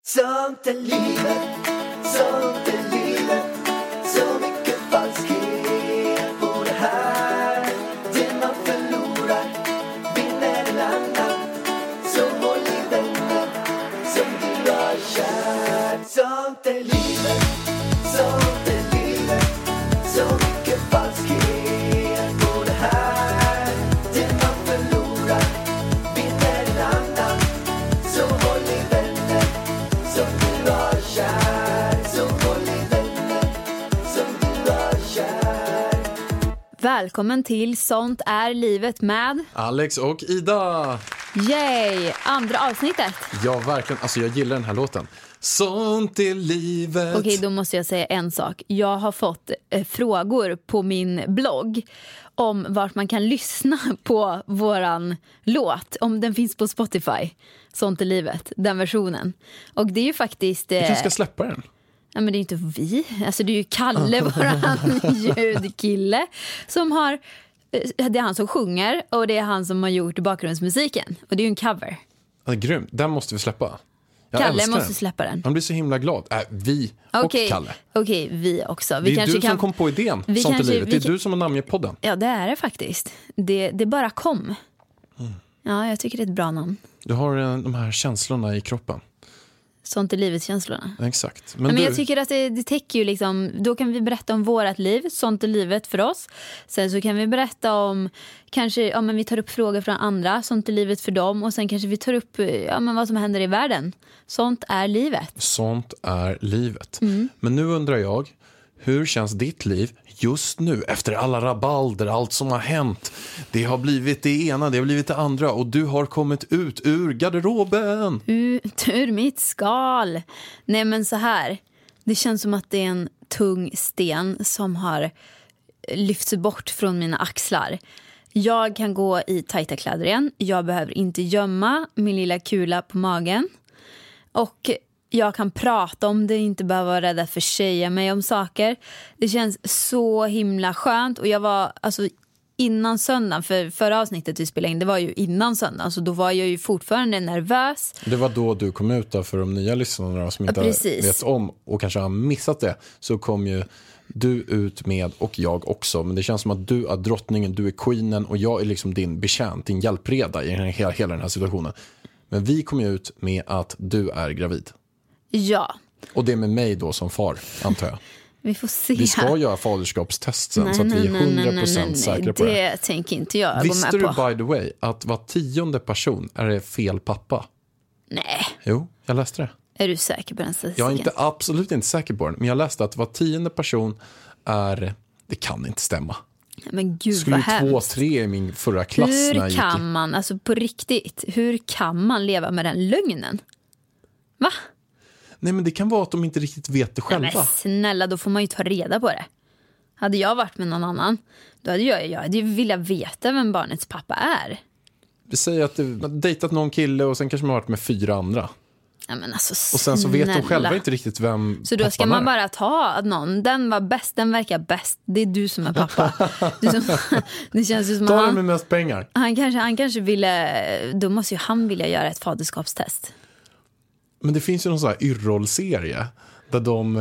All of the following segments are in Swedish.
Sånt är livet, sånt är livet. Så mycket falskhet på det här. Det man förlorar vinner en annan. Så håll i vänner som du har kär. Sånt är livet, sånt är livet. Så mycket falskhet på det här. Det man förlorar vinner en annan. Så håll i vänner som du har kär. Så håll i vänner som du har kär. Välkommen till Sånt är livet med Alex och Ida. Yay, andra avsnittet. Ja, verkligen. Alltså jag gillar den här låten. Sånt är livet. Okej, då måste jag säga en sak. Jag har fått frågor på min blogg om vart man kan lyssna på våran låt. Om den finns på Spotify. Sånt är livet, den versionen. Och det är ju faktiskt... Du kanske ska släppa den. Ja, men det är inte vi. Alltså det är ju Kalle, våran ljudkille, som har... Det är han som sjunger och det är han som har gjort bakgrundsmusiken. Och det är ju en cover. Ja, grymt. Den måste vi släppa. Jag Kalle älskar måste den. släppa den. Han blir så himla glad. Vi och Kalle. Okej, vi också. Det är du som kom på idén. vi Sånt är kanske- livet. vi Det är du som har namngett podden. Ja, det är det faktiskt. Det bara kom. Ja, jag tycker det är ett bra namn. Du har de här känslorna i kroppen. Sånt är livet-känslorna. Exakt. Men du, jag tycker att det täcker ju liksom, då kan vi berätta om vårat liv, sånt är livet för oss. Sen så kan vi berätta om, kanske, ja men vi tar upp frågor från andra, sånt är livet för dem. Och sen kanske vi tar upp, ja men vad som händer i världen. Sånt är livet. sånt är livet. Men nu undrar jag, hur känns ditt liv just nu efter alla rabalder, allt som har hänt? Det har blivit det ena, det har blivit det andra och du har kommit ut ur garderoben. Ut ur mitt skal. Nej men så här, det känns som att det är en tung sten som har lyfts bort från mina axlar. Jag kan gå i tajta kläder igen. Jag behöver inte gömma min lilla kula på magen. Och jag kan prata om det, inte behöva vara rädd att försäga mig om saker. Det känns så himla skönt. Och jag var, alltså innan söndagen, för förra avsnittet vi spelade in, det var ju innan söndagen. Så då var jag ju fortfarande nervös. Det var då du kom ut då, för de nya lyssnarna som inte vet om och kanske har missat det, så kom ju du ut med, och jag också. Men det känns som att du är drottningen, du är queenen och jag är liksom din betjänt, din hjälpreda i hela den här situationen. Men vi kom ju ut med att du är gravid. Ja, Och det är med mig då som far, antar jag. vi får se. Vi ska göra faderskapstest sen, så att vi är 100% säkra på det. Det tänker inte jag Visste gå du med på. by the way att var 10:e person är det fel pappa? Nej, Jo, jag läste det. är du säker på den statistiken? Jag är absolut inte säker på den, men jag läste att var 10:e person är... Det kan inte stämma. Men gud Skulle vad ju hemskt. 2-3 i min förra klass när jag Hur gick kan man, alltså på riktigt, hur kan man leva med den lögnen? Va? Nej, men det kan vara att de inte riktigt vet det själva. Nej, men snälla, då får man ju ta reda på det. Hade jag varit med någon annan, då hade jag hade ju velat veta vem barnets pappa är. Vi säger att du har dejtat någon kille och sen kanske man har varit med 4 andra. Ja, men alltså, Och sen så vet de snälla. själva inte riktigt vem Så då ska pappan man är. bara ta någon. Den var bäst, den verkar bäst. Det är du som är pappa. Det känns ju som Ta att den med mest pengar. han kanske ville. Då måste ju han vilja göra ett faderskapstest. Men det finns ju någon sån här Yrrol-serie där de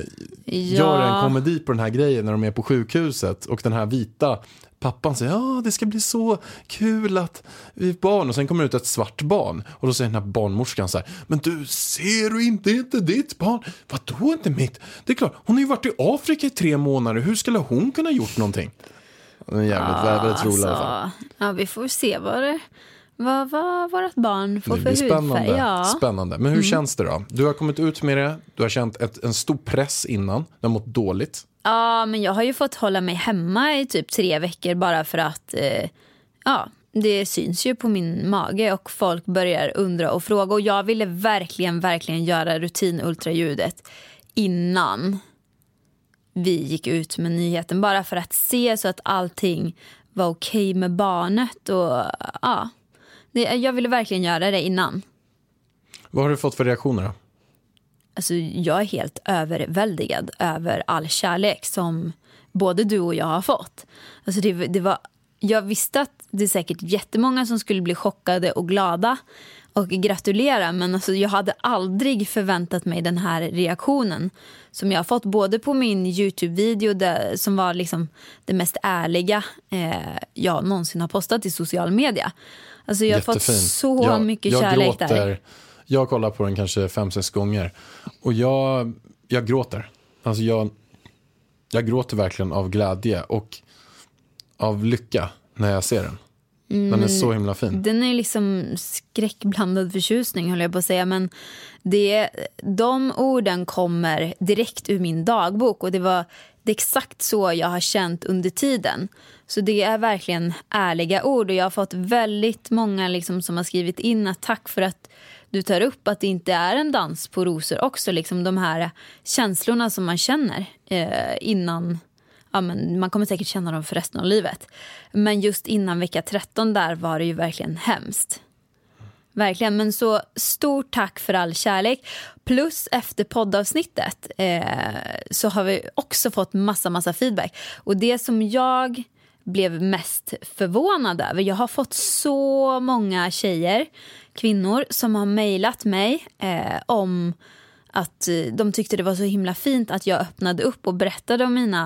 gör en komedi på den här grejen när de är på sjukhuset, och den här vita pappan säger, ja, det ska bli så kul att vi är barn, och sen kommer det ut ett svart barn och då säger den här barnmorskan så här, men du, ser du inte, det är inte ditt barn? Vadå inte mitt? Det är klart, hon har ju varit i Afrika i 3 månader, hur skulle hon kunna gjort någonting? Det är väldigt roligt i alla fall. Ja, vi får se vad vårt barn får Det för blir hudfärg. Ja. spännande. Men hur känns det då? Du har kommit ut med det, du har känt en stor press innan, du har mått dåligt. Ja, men jag har ju fått hålla mig hemma i typ 3 veckor bara för att det syns ju på min mage och folk börjar undra och fråga. Och jag ville verkligen göra rutinultraljudet innan vi gick ut med nyheten, bara för att se så att allting var okej med barnet. Och jag ville verkligen göra det innan. Vad har du fått för reaktioner då? Alltså, jag är helt överväldigad över all kärlek som både du och jag har fått. Alltså, det var jag visste att det är säkert jättemånga som skulle bli chockade och glada och gratulera, men alltså jag hade aldrig förväntat mig den här reaktionen som jag har fått, både på min YouTube-video som var liksom det mest ärliga jag någonsin har postat i social media. Alltså jag har fått så mycket kärlek där. Jag kollar på den kanske 5-6 gånger och jag gråter. Alltså jag gråter verkligen av glädje och av lycka när jag ser den. Den är så himla fin. Den är liksom skräckblandad förtjusning, håller jag på att säga. Men de orden kommer direkt ur min dagbok. Och det är exakt så jag har känt under tiden. Så det är verkligen ärliga ord. Och jag har fått väldigt många liksom som har skrivit in att tack för att du tar upp att det inte är en dans på rosor också. Liksom de här känslorna som man känner innan... Ja, men man kommer säkert känna dem för resten av livet. Men just innan vecka 13 där var det ju verkligen hemskt. Verkligen, men så stort tack för all kärlek. Plus efter poddavsnittet så har vi också fått massa feedback. Och det som jag blev mest förvånad över, jag har fått så många kvinnor som har mejlat mig om att de tyckte det var så himla fint att jag öppnade upp och berättade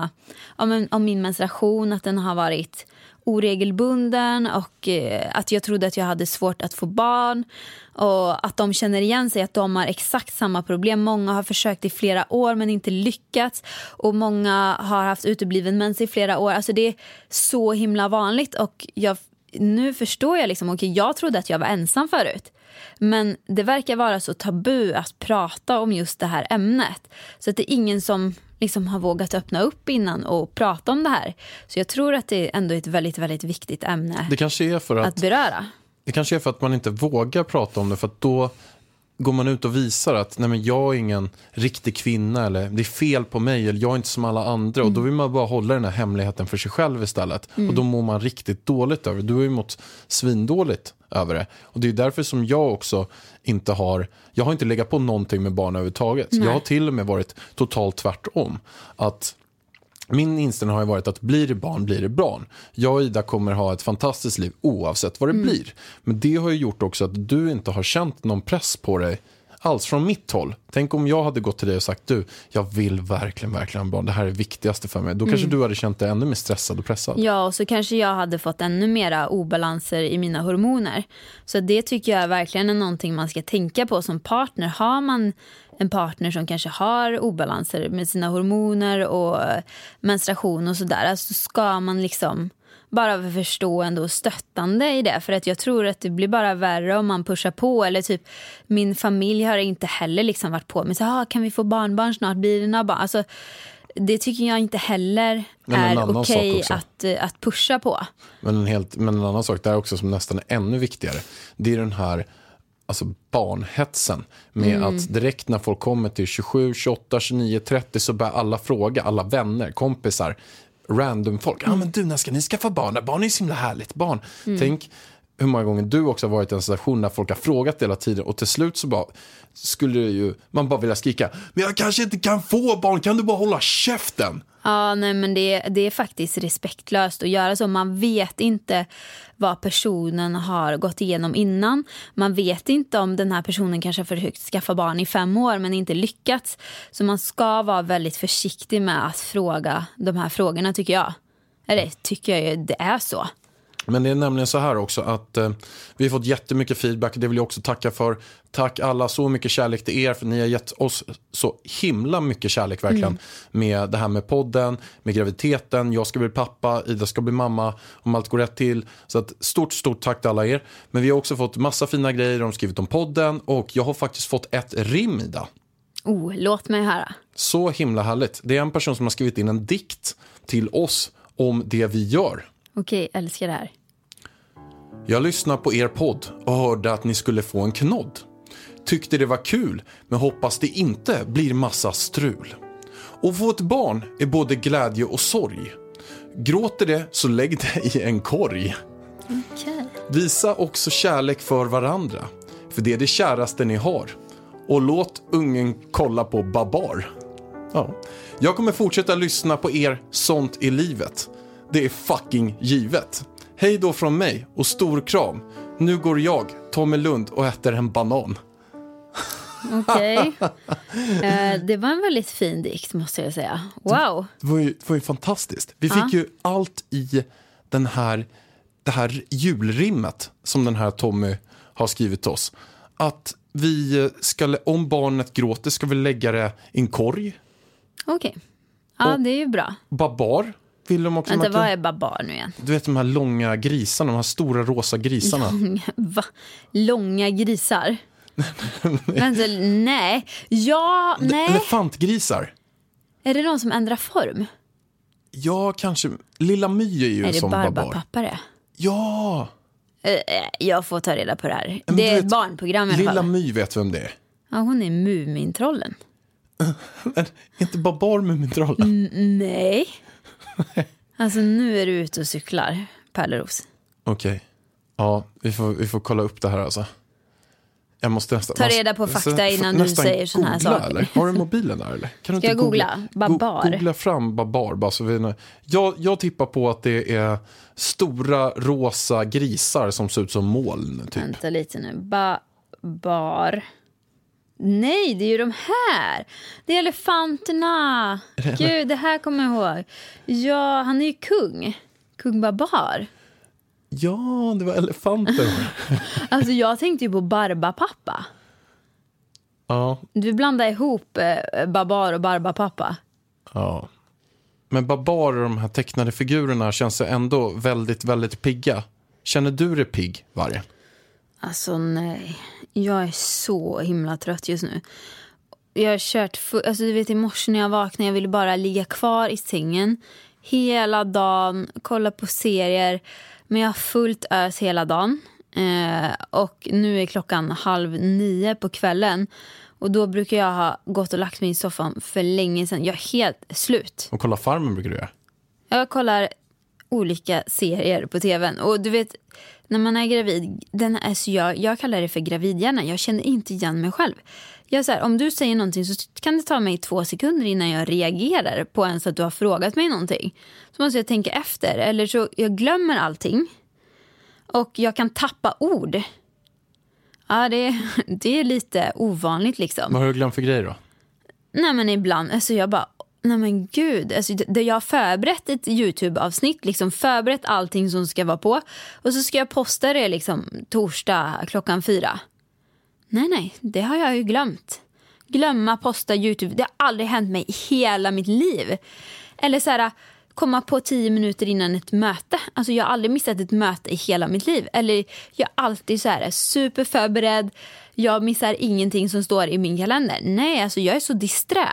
om min menstruation, att den har varit oregelbunden och att jag trodde att jag hade svårt att få barn och att de känner igen sig, att de har exakt samma problem. Många har försökt i flera år men inte lyckats och många har haft utebliven mens i flera år. Alltså det är så himla vanligt och nu förstår jag liksom, okej, jag trodde att jag var ensam förut. Men det verkar vara så tabu att prata om just det här ämnet. Så att det är ingen som liksom har vågat öppna upp innan och prata om det här. Så jag tror att det är ändå ett väldigt, väldigt viktigt ämne det kanske är för att beröra. Det kanske är för att man inte vågar prata om det, för att då går man ut och visar att nej, men jag är ingen riktig kvinna, eller det är fel på mig, eller jag är inte som alla andra. Och då vill man bara hålla den här hemligheten för sig själv istället. Och då mår man riktigt dåligt över det. Du har ju mått svindåligt över det. Och det är därför som jag också jag har inte legat på någonting med barn överhuvudtaget. Jag har till och med varit totalt tvärtom. Att min inställning har ju varit att blir det barn. Jag och Ida kommer ha ett fantastiskt liv oavsett vad det blir. Men det har ju gjort också att du inte har känt någon press på dig alls från mitt håll. Tänk om jag hade gått till dig och sagt jag vill verkligen ha barn. Det här är det viktigaste för mig. Då kanske du hade känt dig ännu mer stressad och pressad. Ja, och så kanske jag hade fått ännu mera obalanser i mina hormoner. Så det tycker jag verkligen är någonting man ska tänka på som partner. Har man en partner som kanske har obalanser med sina hormoner och menstruation och sådär, alltså ska man liksom bara förstående och stöttande i det. För att jag tror att det blir bara värre om man pushar på. Eller typ, min familj har inte heller liksom varit på. Men så, kan vi få barnbarn snart? Blir det några barn? Alltså, det tycker jag inte heller är okej att pusha på. Men en annan sak där också som nästan är ännu viktigare. Det är den här barnhetsen med att direkt när folk kommer till 27, 28, 29, 30 så börjar alla fråga, alla vänner, kompisar, random folk. Men du, när ska ni skaffa barn? Barn är så himla härligt, barn. Tänk hur många gånger du också har varit i en situation där folk har frågat hela tiden och till slut så bara skulle ju man bara vilja skrika, men jag kanske inte kan få barn, kan du bara hålla käften? Ja, nej, men det är faktiskt respektlöst att göra så. Man vet inte vad personen har gått igenom innan. Man vet inte om den här personen kanske har försökt skaffa barn i 5 år men inte lyckats. Så man ska vara väldigt försiktig med att fråga de här frågorna, tycker jag. Eller tycker jag ju, det är så. Men det är nämligen så här också att vi har fått jättemycket feedback. Det vill jag också tacka för. Tack alla, så mycket kärlek till er. För ni har gett oss så himla mycket kärlek verkligen. Med det här med podden, med graviditeten. Jag ska bli pappa, Ida ska bli mamma. Om allt går rätt till. Så att stort tack till alla er. Men vi har också fått massa fina grejer. De har skrivit om podden. Och jag har faktiskt fått ett rim, Ida. Låt mig höra. Så himla härligt. Det är en person som har skrivit in en dikt till oss om det vi gör. Okej, älskar det här. Jag lyssnar på er podd och hörde att ni skulle få en knodd. Tyckte det var kul, men hoppas det inte blir massa strul. Och få ett barn är både glädje och sorg. Gråter det så lägg det i en korg. Okay. Visa också kärlek för varandra, för det är det käraste ni har. Och låt ungen kolla på Babar. Ja. Jag kommer fortsätta lyssna på er sånt i livet. Det är fucking givet. Hej då från mig och stor kram. Nu går jag, Tommy Lund, och äter en banan. Okej. Det var en väldigt fin dikt, måste jag säga. Wow. Det var ju fantastiskt. Vi fick ju allt i det här julrimmet som den här Tommy har skrivit till oss. Att vi ska, om barnet gråter, ska vi lägga det i en korg. Okej. Ja, och det är ju bra. Babar vill de också. Vänta, vad är babar nu igen? Du vet de här långa grisarna, de här stora rosa grisarna. Långa grisar? Vänta, nej. Ja, nej. Elefantgrisar. Är det de som ändrar form? Ja, kanske. Lilla My är ju en sån babar. Är det Barbapapa det? Ja. Jag får ta reda på det här. Men det är ett barnprogram i alla fall. Lilla My vet vem det är. Ja, hon är Mumintrollen. Inte Babar Mumintrollen? Nej. Alltså nu är du ute och cyklar, Pärleros. Okej. Ja, vi får kolla upp det här alltså. Jag måste nästan ta reda på fakta innan du säger såna här saker. Eller? Har du mobilen där eller? Kan du ska inte jag googla? Babar. Googla fram babar bara så vi. Jag tippar på att det är stora rosa grisar som ser ut som moln typ. Vänta lite nu. Babar. Nej, det är ju de här. Det är elefanterna. Gud, det här kommer jag ihåg. Ja, han är ju kung. Kung Babar. Ja, det var elefanter. Alltså jag tänkte ju på Barbapapa. Ja. Du blandar ihop Babar och Barbapapa. Ja. Men Babar och de här tecknade figurerna känns ändå väldigt, väldigt pigga. Känner du dig pigg, Vargen? Alltså nej. Jag är så himla trött just nu. Jag har kört... Alltså du vet, i morse när jag vaknade, jag ville bara ligga kvar i sängen hela dagen, kolla på serier. Men jag har fullt ös hela dagen. Och nu är klockan 8:30 på kvällen. Och då brukar jag ha gått och lagt mig i soffan för länge sedan. Jag är helt slut. Och kolla Farmen brukar du göra? Jag kollar olika serier på tvn. Och du vet, när man är gravid, jag kallar det för gravidhjärna. Jag känner inte igen mig själv. Jag så här, om du säger någonting så kan det ta mig 2 sekunder innan jag reagerar på ens att du har frågat mig någonting. Så måste jag tänka efter. Eller så jag glömmer allting. Och jag kan tappa ord. Ja, det är lite ovanligt liksom. Vad har du glömt för grejer då? Nej men ibland, alltså jag bara, nej men gud. Alltså, jag har förberett ett YouTube-avsnitt, liksom förberett allting som ska vara på. Och så ska jag posta det liksom torsdag 4:00. Nej, det har jag ju glömt. Glömma posta YouTube, det har aldrig hänt mig i hela mitt liv. Eller så här, komma på 10 minuter innan ett möte. Alltså jag har aldrig missat ett möte i hela mitt liv. Eller jag är alltid så här superförberedd. Jag missar ingenting som står i min kalender. Nej, alltså jag är så disträ.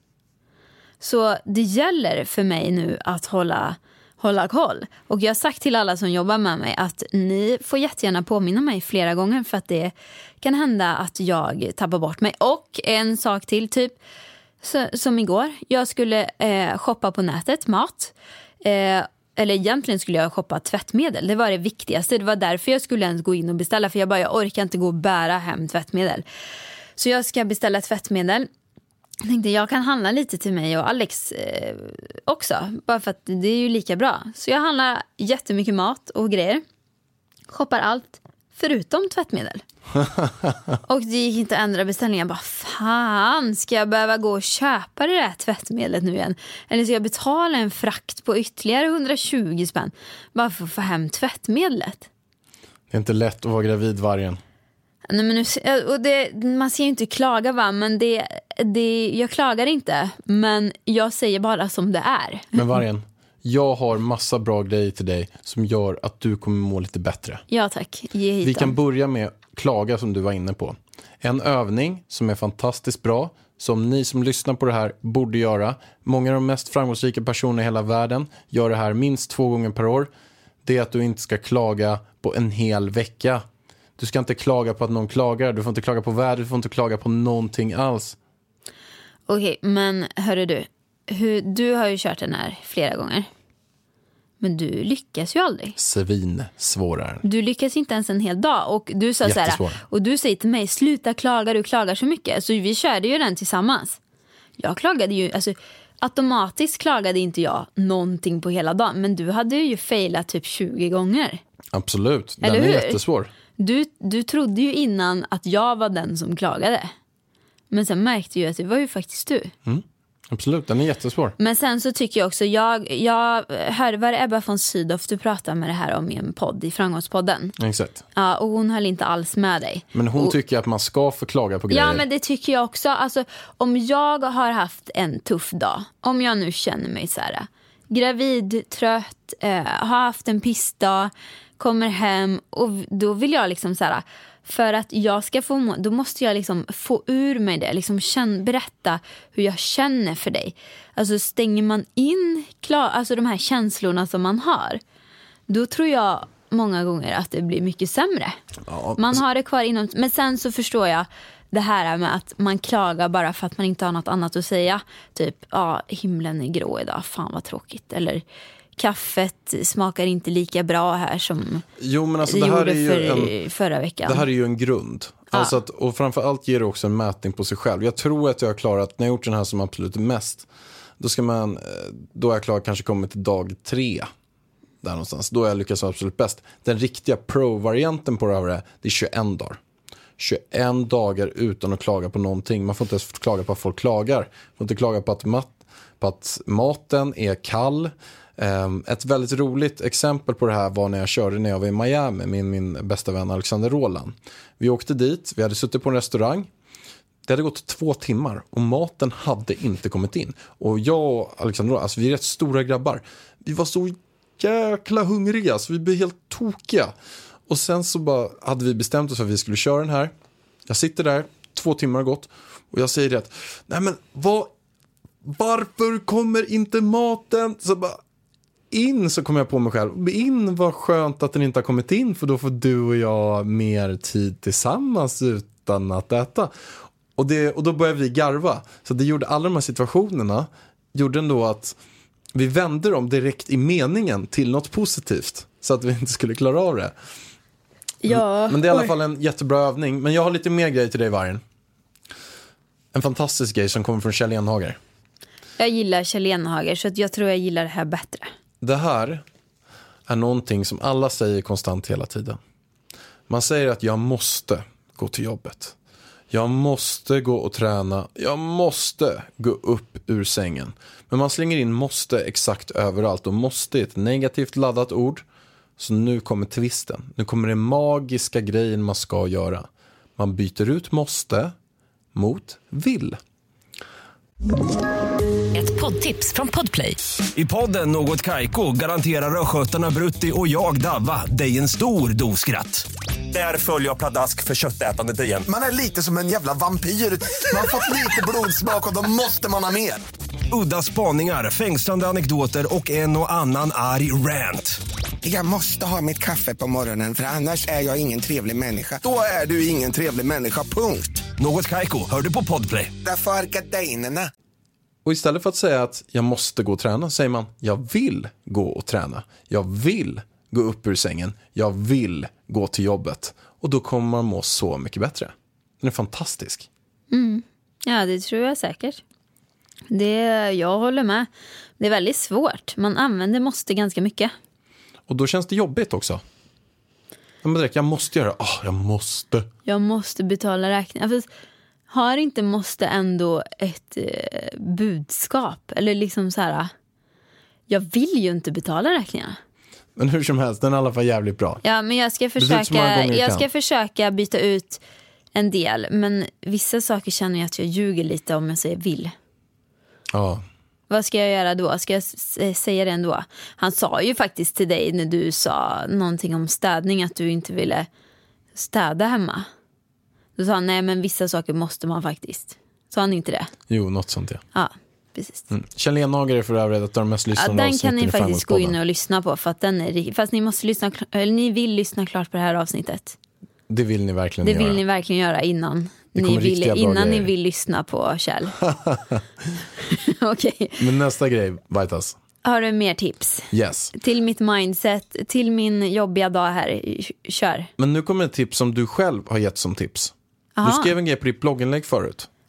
Så det gäller för mig nu att hålla koll. Och jag har sagt till alla som jobbar med mig att ni får jättegärna påminna mig flera gånger, för att det kan hända att jag tappar bort mig. Och en sak till, typ som igår. Jag skulle shoppa på nätet mat. Eller egentligen skulle jag shoppa tvättmedel. Det var det viktigaste. Det var därför jag skulle ens gå in och beställa. För jag orkar inte gå och bära hem tvättmedel. Så jag ska beställa tvättmedel. Jag tänkte jag kan handla lite till mig och Alex också. Bara för att det är ju lika bra. Så jag handlar jättemycket mat och grejer. Shoppar allt förutom tvättmedel. Och det gick inte att ändra beställningen. Jag bara, fan, ska jag behöva gå och köpa det där tvättmedlet nu igen? Eller ska jag betala en frakt på ytterligare 120 spänn bara för att få hem tvättmedlet? Det är inte lätt att vara gravid, Vargen. Nej, men man ser ju inte klaga, va? Men jag klagar inte. Men jag säger bara som det är. Men Vargen, jag har massa bra grejer till dig som gör att du kommer må lite bättre. Ja tack, ge hit. Vi kan börja med klaga, som du var inne på. En övning som är fantastiskt bra, som ni som lyssnar på det här borde göra. Många av de mest framgångsrika personerna i hela världen gör det här minst 2 gånger per år. Det är att du inte ska klaga på en hel vecka. Du ska inte klaga på att någon klagar. Du får inte klaga på vädret. Du får inte klaga på någonting alls. Okej, men hörru du har ju kört den här flera gånger. Men du lyckas ju aldrig. Svårare. Du lyckas inte ens en hel dag. Och du sa så här, och du säger till mig, sluta klaga, du klagar så mycket. Så vi körde ju den tillsammans. Jag klagade ju, alltså automatiskt klagade inte jag någonting på hela dagen. Men du hade ju failat typ 20 gånger. Absolut, den Eller är hur? jättesvår. Du trodde ju innan att jag var den som klagade. Men sen märkte ju att det var ju faktiskt du. Absolut, den är jättesvår. Men sen så tycker jag också, jag hörde vad Ebba von Sydow du pratade med det här om i en podd, i Framgångspodden. Exakt. Ja, och hon höll inte alls med dig. Men hon tycker att man ska få klaga på grejer. Ja, men det tycker jag också. Alltså, om jag har haft en tuff dag, om jag nu känner mig så här gravid, trött, har haft en pissdag, kommer hem och då vill jag liksom så här, för att jag ska få, då måste jag liksom få ur mig det, liksom berätta hur jag känner för dig. Alltså stänger man in alltså de här känslorna som man har, då tror jag många gånger att det blir mycket sämre. Ja, man har det kvar inom, men sen så förstår jag det här med att man klagar bara för att man inte har något annat att säga. Typ, himlen är grå idag, fan vad tråkigt. Eller kaffet smakar inte lika bra här som men alltså, det här är ju förra veckan. Det här är ju en grund. Alltså att, och framförallt ger det också en mätning på sig själv. Jag tror att jag har klarat, när jag gjort den här som absolut mest, då har jag klarat kanske kommit till dag 3. Där någonstans. Då har jag lyckats absolut bäst. Den riktiga pro-varianten på det här, det är 21 dagar. 21 dagar utan att klaga på någonting. Man får inte ens klaga på att folk klagar. Man får inte klaga på att maten är kall. Ett väldigt roligt exempel på det här var när jag körde när jag var i Miami med min bästa vän Alexander Roland. Vi åkte dit, vi hade suttit på en restaurang. Det hade gått 2 timmar och maten hade inte kommit in. Och jag och Alexander Roland, alltså vi är rätt stora grabbar. Vi var så jäkla hungriga så vi blev helt tokiga. Och sen så bara hade vi bestämt oss för att vi skulle köra den här. Jag sitter där, 2 timmar har gått och jag säger det att nej men varför kommer inte maten? Så bara så kommer jag på mig själv. Vad skönt att den inte har kommit in, för då får du och jag mer tid tillsammans utan att äta. Och då började vi garva. Så det gjorde alla de här situationerna gjorde ändå att vi vände dem direkt i meningen till något positivt. Så att vi inte skulle klara av det. Ja. Men det är i alla fall en jättebra övning. Men jag har lite mer grejer till dig, Vargen. En fantastisk grej som kommer från Kjell Enhager. Jag gillar Kjell Enhager, så att jag tror jag gillar det här bättre. Det här är någonting som alla säger konstant hela tiden. Man säger att jag måste gå till jobbet. Jag måste gå och träna. Jag måste gå upp ur sängen. Men man slänger in måste exakt överallt. Och måste är ett negativt laddat ord. Så nu kommer twisten. Nu kommer det magiska grejen man ska göra. Man byter ut måste mot vill. Ett poddtips från Podplay. I podden Något Kaiko garanterar röskötarna Brutti och jag Davva dig en stor doskratt. Där följer jag pladask för köttätandet igen. Man är lite som en jävla vampyr. Man har fått lite blodsmak och då måste man ha mer. Udda spaningar, fängslande anekdoter och en och annan arg rant. Jag måste ha mitt kaffe på morgonen, för annars är jag ingen trevlig människa. Då är du ingen trevlig människa, punkt. Något Kaiko, hör du på Podplay. Därför är gardinerna. Och istället för att säga att jag måste gå och träna, säger man jag vill gå och träna. Jag vill gå upp ur sängen. Jag vill gå till jobbet. Och då kommer man må så mycket bättre. Den är fantastisk. Ja, det tror jag säkert. Jag håller med. Det är väldigt svårt. Man använder måste ganska mycket. Och då känns det jobbigt också. Jag måste göra det. Jag måste. Jag måste betala räkningar. Fast har inte måste ändå ett budskap? Eller liksom så här, jag vill ju inte betala räkningar. Men hur som helst, den är i alla fall jävligt bra. Ja, men jag ska försöka byta ut en del. Men vissa saker känner jag att jag ljuger lite om jag säger vill. Ja. Vad ska jag göra då? Ska jag säga det ändå? Han sa ju faktiskt till dig när du sa någonting om städning att du inte ville städa hemma. Då sa han, nej men vissa saker måste man faktiskt. Sa han inte det? Jo, något sånt ja. Ja, precis. Kjell Enhager är för övrigt ett av de mest lyssnade den kan ni i faktiskt gå in och lyssna på. För att den är, fast ni måste lyssna, eller ni vill lyssna klart på det här avsnittet. Det vill ni verkligen göra. Det vill ni verkligen göra innan ni vill lyssna på Kjell. Okej. Men nästa grej, Vaitas. Har du mer tips? Yes. Till mitt mindset, till min jobbiga dag här. Kör. Men nu kommer ett tips som du själv har gett som tips. Aha. Du skrev en grej på ditt blogginlägg förut.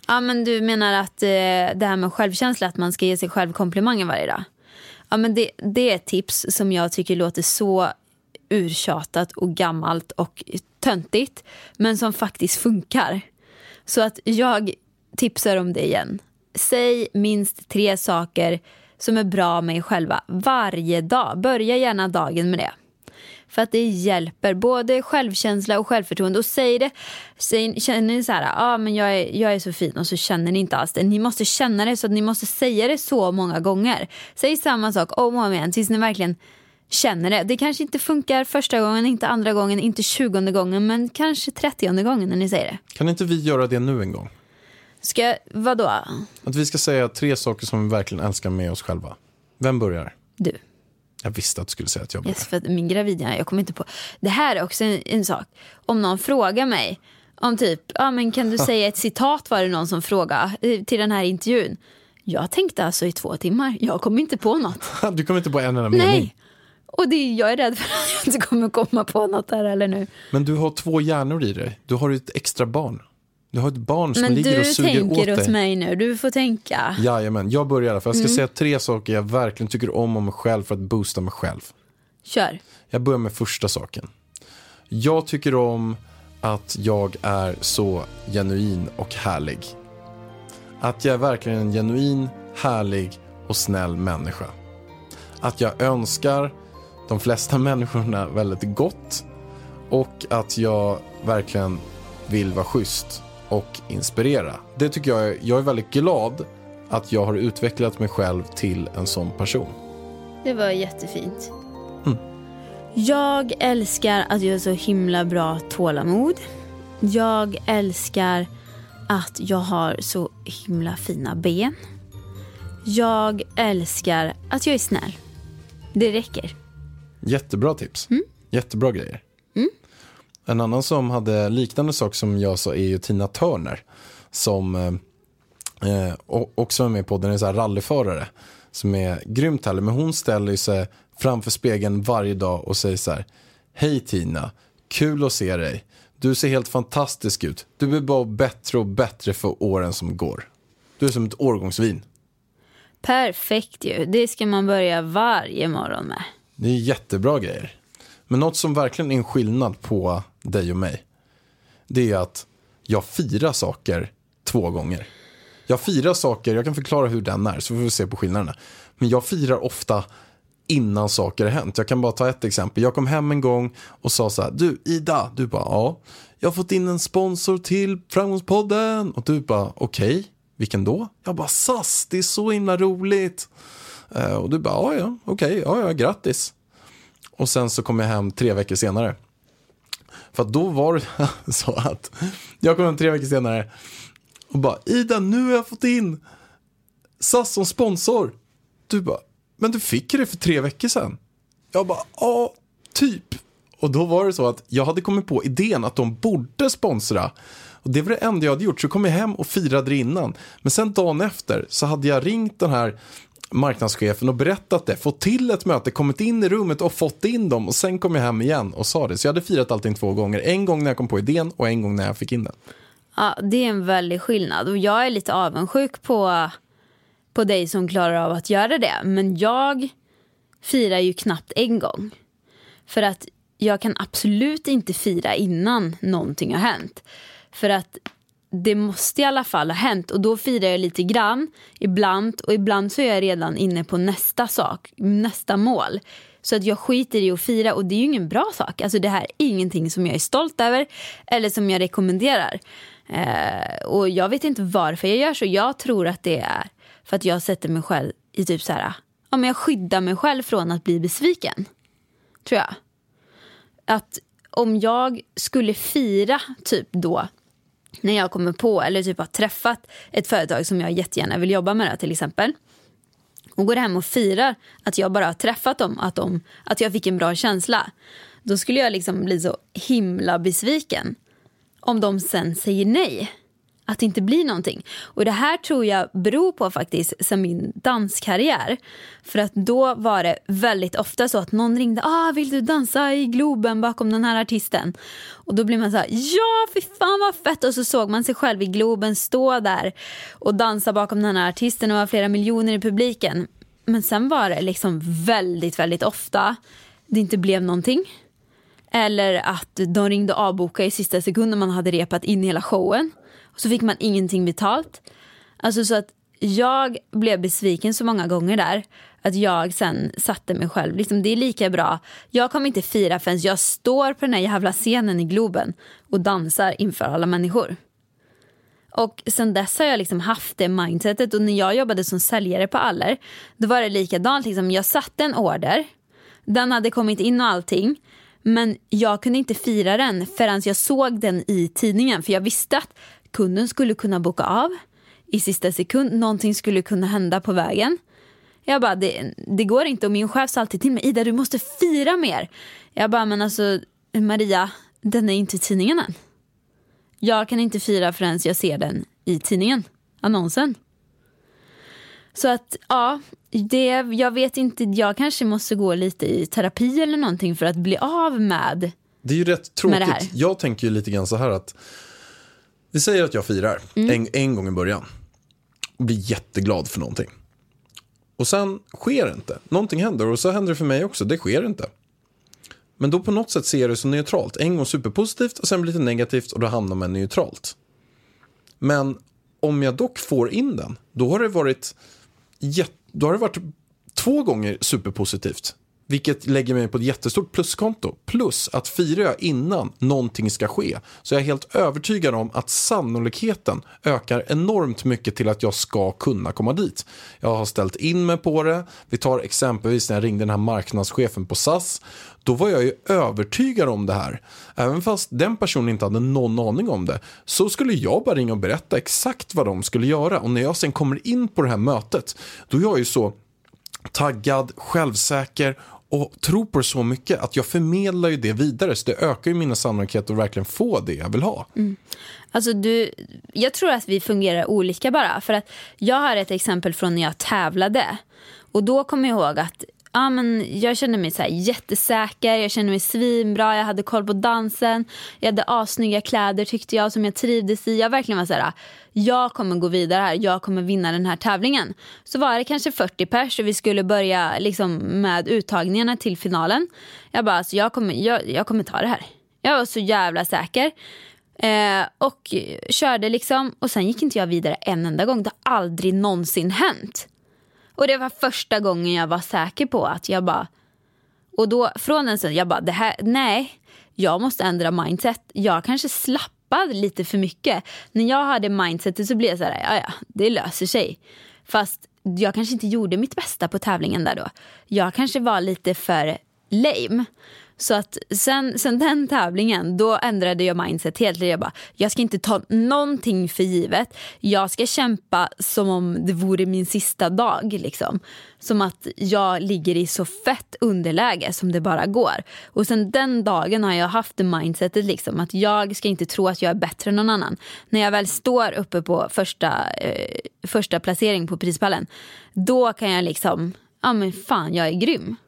Ja, men du menar att det här med självkänsla, att man ska ge sig själv komplimanger varje dag. Ja, men det är ett tips som jag tycker låter så urtjatat och gammalt och töntigt, men som faktiskt funkar. Så att jag tipsar om det igen. Säg minst 3 saker som är bra med er själva varje dag. Börja gärna dagen med det. För att det hjälper både självkänsla och självförtroende. Och känner ni så här, men jag är så fin, och så känner ni inte alls det. Ni måste känna det, så att ni måste säga det så många gånger. Säg samma sak om och om igen tills ni verkligen känner det. Det kanske inte funkar första gången, inte andra gången, inte 20:e gången, men kanske 30:e gången när ni säger det. Kan inte vi göra det nu en gång? Vadå? Att vi ska säga 3 saker som vi verkligen älskar med oss själva. Vem börjar? Du. Jag visste att du skulle säga att jag börjar. Yes, för att min gravidhjärna, jag kommer inte på. Det här är också en sak. Om någon frågar mig om typ, men kan du säga ett citat, var det någon som frågade till den här intervjun. Jag tänkte alltså i 2 timmar. Jag kom inte på något. Du kommer inte på en enda mening? Nej. Och jag är rädd för att jag inte kommer komma på något där eller nu. Men du har 2 hjärnor i dig. Du har ett extra barn. Du har ett barn som ligger och suger åt dig. Men du tänker åt mig nu, du får tänka. Jajamän, jag börjar i alla fall. Jag ska säga 3 saker jag verkligen tycker om mig själv för att boosta mig själv. Kör. Jag börjar med första saken. Jag tycker om att jag är så genuin och härlig. Att jag är verkligen en genuin, härlig och snäll människa. Att jag önskar de flesta människorna väldigt gott. Och att jag verkligen vill vara schysst och inspirera. Det tycker jag är väldigt glad att jag har utvecklat mig själv till en sån person. Det var jättefint. Jag älskar att jag har så himla bra tålamod. Jag älskar att jag har så himla fina ben. Jag älskar att jag är snäll. Det räcker. Jättebra tips. Jättebra grejer. En annan som hade liknande sak som jag sa är ju Tina Turner, som också är med på den, är så här rallyförare som är grymt härlig. Men hon ställer ju sig framför spegeln varje dag och säger så här: hej Tina, kul att se dig. Du ser helt fantastisk ut. Du blir bara bättre och bättre för åren som går. Du är som ett årgångsvin. Perfekt ju. Det ska man börja varje morgon med. Det är jättebra grejer. Men något som verkligen är en skillnad på dig och mig, det är att jag firar saker 2 gånger. Jag firar saker, jag kan förklara hur den är så får vi se på skillnaderna. Men jag firar ofta innan saker har hänt. Jag kan bara ta ett exempel. Jag kom hem en gång och sa så här: du Ida, du bara ja, jag har fått in en sponsor till Framgångspodden. Och du bara okej, vilken då? Jag bara SAS, det är så himla roligt. Och du bara ja, okej, ja, grattis. Och sen så kom jag hem 3 veckor senare. För att då var det så att jag kom hem 3 veckor senare och bara Ida, nu har jag fått in SAS som sponsor. Du bara, men du fick det för 3 veckor sedan. Jag bara, ja, typ. Och då var det så att jag hade kommit på idén att de borde sponsra. Och det var det enda jag hade gjort. Så kom jag hem och firade det innan. Men sen dagen efter så hade jag ringt den här marknadschefen och berättat det, fått till ett möte, kommit in i rummet och fått in dem, och sen kom jag hem igen och sa det. Så jag hade firat allting 2 gånger. En gång när jag kom på idén och en gång när jag fick in den. Ja, det är en väldig skillnad. Och jag är lite avundsjuk på dig som klarar av att göra det. Men jag firar ju knappt en gång. För att jag kan absolut inte fira innan någonting har hänt. För att det måste i alla fall ha hänt. Och då firar jag lite grann ibland. Och ibland så är jag redan inne på nästa sak, nästa mål. Så att jag skiter i att fira. Och det är ju ingen bra sak. Alltså det här är ingenting som jag är stolt över. Eller som jag rekommenderar. Och jag vet inte varför jag gör så. Jag tror att det är för att jag sätter mig själv i typ så här. Ja, men jag skyddar mig själv från att bli besviken. Tror jag. Att om jag skulle fira typ då, när jag kommer på eller typ har träffat ett företag som jag jättegärna vill jobba med, till exempel, och går hem och firar att jag bara har träffat dem, att jag fick en bra känsla, då skulle jag liksom bli så himla besviken om de sen säger nej. att det inte blir någonting. Och det här tror jag beror på faktiskt som min danskarriär. För att då var det väldigt ofta så att någon ringde, vill du dansa i Globen bakom den här artisten? Och då blir man så här, ja fy fan vad fett. Och så såg man sig själv i Globen stå där och dansa bakom den här artisten och var flera miljoner i publiken. Men sen var det liksom väldigt, väldigt ofta det inte blev någonting. Eller att de ringde och avbokade i sista sekunden man hade repat in hela showen. Och så fick man ingenting betalt. Alltså så att jag blev besviken så många gånger där. Att jag sen satte mig själv. Liksom, det är lika bra. Jag kommer inte fira förrän jag står på den här jävla scenen i Globen. Och dansar inför alla människor. Och sen dess har jag liksom haft det mindsetet. Och när jag jobbade som säljare på Aller. Då var det likadant. Liksom, jag satte en order. Den hade kommit in och allting. Men jag kunde inte fira den förrän jag såg den i tidningen. För jag visste att kunden skulle kunna boka av i sista sekund. Någonting skulle kunna hända på vägen. Jag bara, det går inte. Och min chef sa alltid till mig, Ida, du måste fira mer. Jag bara, men alltså Maria, den är inte i tidningen än. Jag kan inte fira förrän jag ser den i tidningen. Annonsen. Så att, ja, jag vet inte, jag kanske måste gå lite i terapi eller någonting för att bli av med. Det är ju rätt tråkigt. Jag tänker ju lite grann så här att vi säger att jag firar en gång i början och blir jätteglad för någonting. Och sen sker det inte. Någonting händer och så händer det för mig också. Det sker inte. Men då på något sätt ser jag det så neutralt. En gång superpositivt och sen lite negativt och då hamnar man neutralt. Men om jag dock får in den, då har det varit 2 gånger superpositivt. Vilket lägger mig på ett jättestort pluskonto. Plus att firar jag innan någonting ska ske. Så jag är helt övertygad om att sannolikheten ökar enormt mycket till att jag ska kunna komma dit. Jag har ställt in mig på det. Vi tar exempelvis när jag ringde den här marknadschefen på SAS. Då var jag ju övertygad om det här. Även fast den personen inte hade någon aning om det. Så skulle jag bara ringa och berätta exakt vad de skulle göra. Och när jag sen kommer in på det här mötet. Då är jag ju så taggad, självsäker och tror på det så mycket att jag förmedlar ju det vidare. Så det ökar ju mina sannolikheter att verkligen få det jag vill ha. Alltså jag tror att vi fungerar olika bara. För att jag har ett exempel från när jag tävlade. Och då kommer jag ihåg att jag kände mig så här jättesäker. Jag kände mig svinbra. Jag hade koll på dansen. Jag hade assnygga kläder tyckte jag som jag trivdes i. Jag verkligen var så här, jag kommer gå vidare här. Jag kommer vinna den här tävlingen. Så var det kanske 40 pers och vi skulle börja liksom med uttagningarna till finalen. Jag bara, alltså, jag kommer ta det här. Jag var så jävla säker. Och körde liksom. Och sen gick inte jag vidare en enda gång. Det har aldrig någonsin hänt. Och det var första gången jag var säker på att jag bara. Och då från en stund jag bara, det här, nej. Jag måste ändra mindset. Jag kanske slappade lite för mycket. När jag hade mindsetet så blev jag så här, ja, det löser sig. Fast jag kanske inte gjorde mitt bästa på tävlingen där då. Jag kanske var lite för lame. Så att sen den tävlingen, då ändrade jag mindset helt. Jag ska inte ta någonting för givet. Jag ska kämpa som om det vore min sista dag liksom. Som att jag ligger i så fett underläge som det bara går. Och sen den dagen har jag haft det mindsetet liksom. Att jag ska inte tro att jag är bättre än någon annan. När jag väl står uppe på första placering på prispallen. Då kan jag liksom, men fan jag är grym.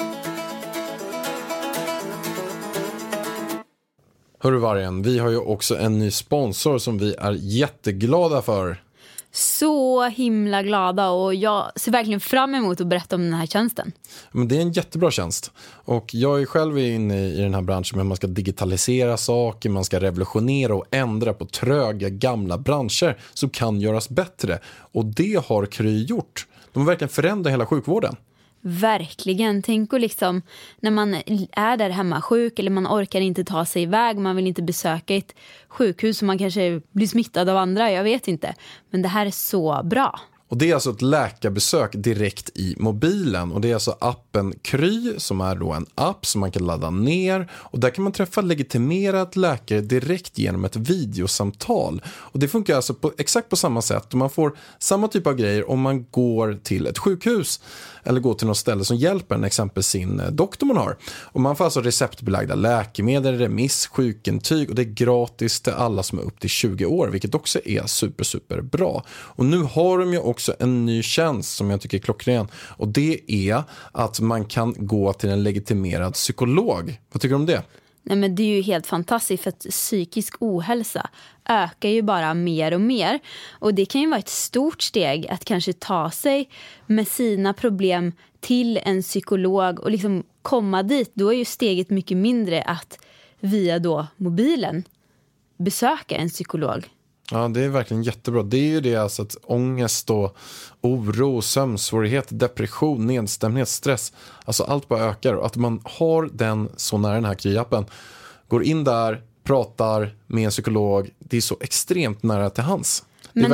Hörru Vargen, vi har ju också en ny sponsor som vi är jätteglada för. Så himla glada och jag ser verkligen fram emot att berätta om den här tjänsten. Men det är en jättebra tjänst. Och jag är själv inne i den här branschen med man ska digitalisera saker, man ska revolutionera och ändra på tröga gamla branscher som kan göras bättre. Och det har Kry gjort. De har verkligen förändrat hela sjukvården. Verkligen, tänk och liksom när man är där hemma sjuk eller man orkar inte ta sig iväg, man vill inte besöka ett sjukhus som man kanske blir smittad av andra, jag vet inte. Men det här är så bra. Och det är alltså ett läkarbesök direkt i mobilen. Och det är alltså appen Kry som är då en app som man kan ladda ner. Och där kan man träffa legitimerad läkare direkt genom ett videosamtal. Och det funkar alltså exakt på samma sätt. Och man får samma typ av grejer om man går till ett sjukhus eller går till något ställe som hjälper en, exempel sin doktor man har. Och man får alltså receptbelagda läkemedel, remiss, sjukintyg och det är gratis till alla som är upp till 20 år, vilket också är super bra. Och nu har de ju också en ny tjänst som jag tycker är klockren, och det är att man kan gå till en legitimerad psykolog. Vad tycker du om det? Nej, men det är ju helt fantastiskt, för att psykisk ohälsa ökar ju bara mer och mer. Och det kan ju vara ett stort steg att kanske ta sig med sina problem till en psykolog och liksom komma dit. Då är ju steget mycket mindre att via då mobilen besöka en psykolog. Ja, det är verkligen jättebra. Det är ju det alltså att ångest och oro, sömnsvårighet, depression, nedstämdhet, stress, alltså allt bara ökar. Och att man har den så nära den här Kry-appen, går in där, pratar med en psykolog, det är så extremt nära till hands. Men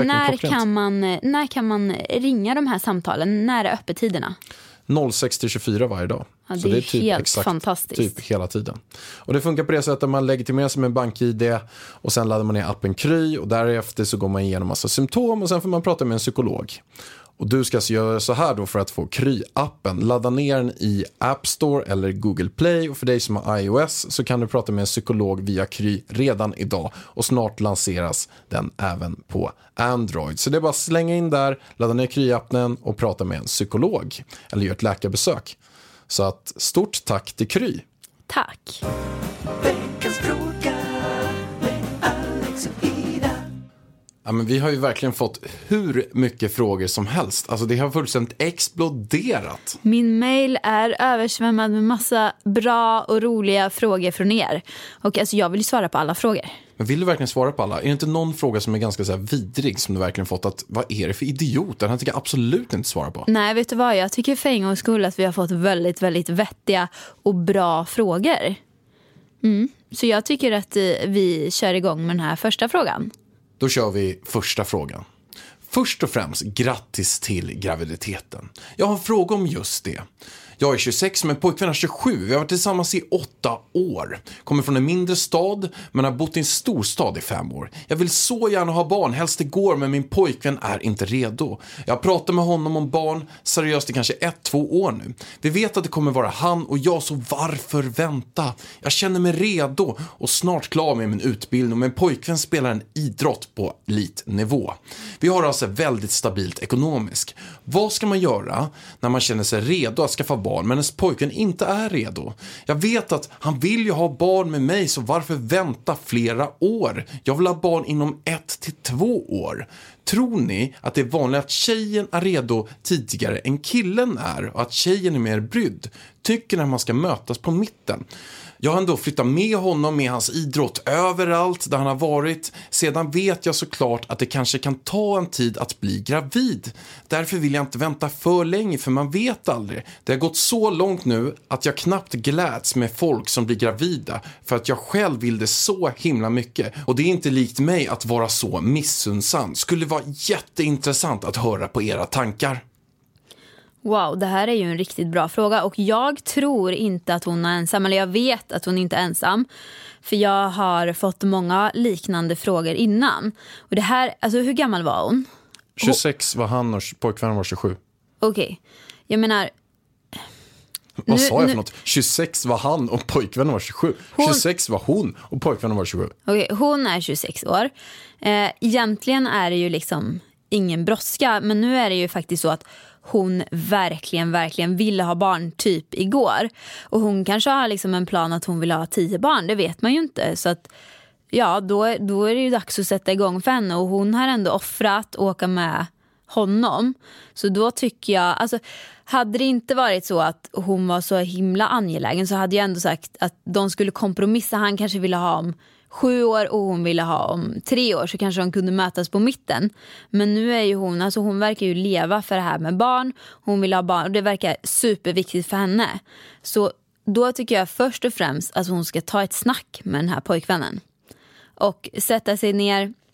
när kan man ringa de här samtalen? När är öppettiderna? 06-24 varje dag. Ja, så det är typ helt exakt fantastiskt. Typ hela tiden. Och det funkar på det sättet att man legitimerar sig med BankID och sen laddar man ner appen Kry och därefter så går man igenom massa symptom och sen får man prata med en psykolog. Och du ska alltså göra så här då för att få Kry-appen. Ladda ner den i App Store eller Google Play, och för dig som har iOS så kan du prata med en psykolog via Kry redan idag, och snart lanseras den även på Android. Så det är bara att slänga in där, ladda ner Kry-appen och prata med en psykolog eller göra ett läkarbesök. Så att stort tack till Kry. Tack. Veckans fråga med Alex och Ida. Ja, men vi har ju verkligen fått hur mycket frågor som helst. Alltså det har fullständigt exploderat. Min mail är översvämmad med massa bra och roliga frågor från er. Och alltså jag vill ju svara på alla frågor. Men vill du verkligen svara på alla? Är det inte någon fråga som är ganska så här vidrig som du verkligen fått att vad är det för idiot? Den här tycker jag absolut inte svara på. Nej, vet du vad? Jag tycker för en gångs skull att vi har fått väldigt, väldigt vettiga och bra frågor. Så jag tycker att vi kör igång med den här första frågan. Då kör vi första frågan. Först och främst, grattis till graviditeten. Jag har en fråga om just det. Jag är 26 men pojkvän är 27. Vi har varit tillsammans i 8 år. Kommer från en mindre stad men har bott i en stor stad i 5 år. Jag vill så gärna ha barn, helst igår, men min pojkvän är inte redo. Jag har pratat med honom om barn seriöst i kanske 1-2 år nu. Vi vet att det kommer vara han och jag, så varför vänta? Jag känner mig redo och snart klar med min utbildning, men pojkvän spelar en idrott på elitnivå. Vi har alltså väldigt stabilt ekonomiskt. Vad ska man göra när man känner sig redo att skaffa barn men ens pojkvän inte är redo? Jag vet att han vill ju ha barn med mig, så varför vänta flera år? Jag vill ha barn inom 1-2 år. Tror ni att det är vanligt att tjejen är redo tidigare än killen är och att tjejen är mer brydd? Tycker ni att man ska mötas på mitten? Jag har ändå flyttat med honom med hans idrott överallt där han har varit. Sedan vet jag såklart att det kanske kan ta en tid att bli gravid. Därför vill jag inte vänta för länge, för man vet aldrig. Det har gått så långt nu att jag knappt gläds med folk som blir gravida, för att jag själv vill det så himla mycket. Och det är inte likt mig att vara så missunnsam. Skulle vara jätteintressant att höra på era tankar. Wow, det här är ju en riktigt bra fråga, och jag tror inte att hon är ensam, eller jag vet att hon inte är ensam, för jag har fått många liknande frågor innan. Och det här, alltså hur gammal var hon? 26 var han och pojkvännen var 27. Okej, jag menar... Vad sa jag för något? 26 var han och pojkvännen var 27. 26 var hon och pojkvännen var 27. Okej, hon är 26 år. Egentligen är det ju liksom ingen brådska, men nu är det ju faktiskt så att hon verkligen ville ha barn typ igår. Och hon kanske har liksom en plan att hon vill ha 10 barn, det vet man ju inte. Så att ja, då är det ju dags att sätta igång för henne. Och hon har ändå offrat åka med honom. Så då tycker jag, alltså hade det inte varit så att hon var så himla angelägen, så hade jag ändå sagt att de skulle kompromissa. Han kanske ville ha om 7 år och hon ville ha om 3 år, så kanske de kunde mötas på mitten. Men nu är ju hon, alltså hon verkar ju leva för det här med barn. Hon vill ha barn och det verkar superviktigt för henne. Så då tycker jag först och främst att hon ska ta ett snack med den här pojkvännen och sätta sig ner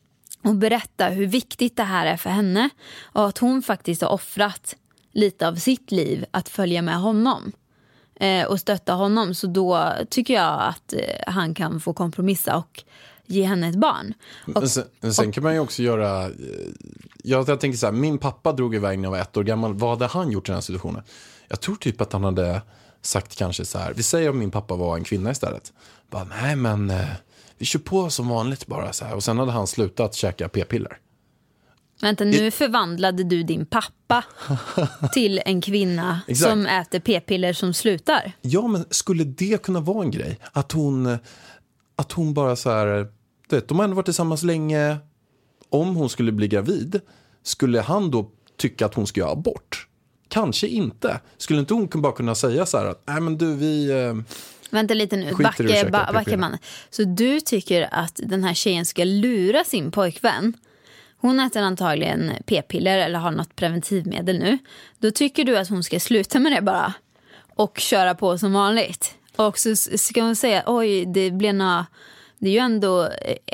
och berätta hur viktigt det här är för henne och att hon faktiskt har offrat lite av sitt liv att följa med honom och stötta honom. Så då tycker jag att han kan få kompromissa och ge henne ett barn. Sen kan man ju också göra... Jag tänker så här, min pappa drog iväg när jag var 1 år gammal. Vad hade han gjort i den här situationen? Jag tror typ att han hade sagt kanske så här. Vi säger om min pappa var en kvinna istället. Bara, nej men vi kör på som vanligt bara så här. Och sen hade han slutat käka p-piller. Vänta, nu förvandlade du din pappa till en kvinna som äter p-piller som slutar. Ja, men skulle det kunna vara en grej? Att hon bara så här... De har ändå varit tillsammans länge. Om hon skulle bli gravid, skulle han då tycka att hon ska göra abort? Kanske inte. Skulle inte hon bara kunna säga så här att nej men du, vi... Vänta lite nu, backa man. Så du tycker att den här tjejen ska lura sin pojkvän? Hon äter antagligen p-piller eller har något preventivmedel nu. Då tycker du att hon ska sluta med det bara och köra på som vanligt. Och så ska hon säga, oj, det är ju ändå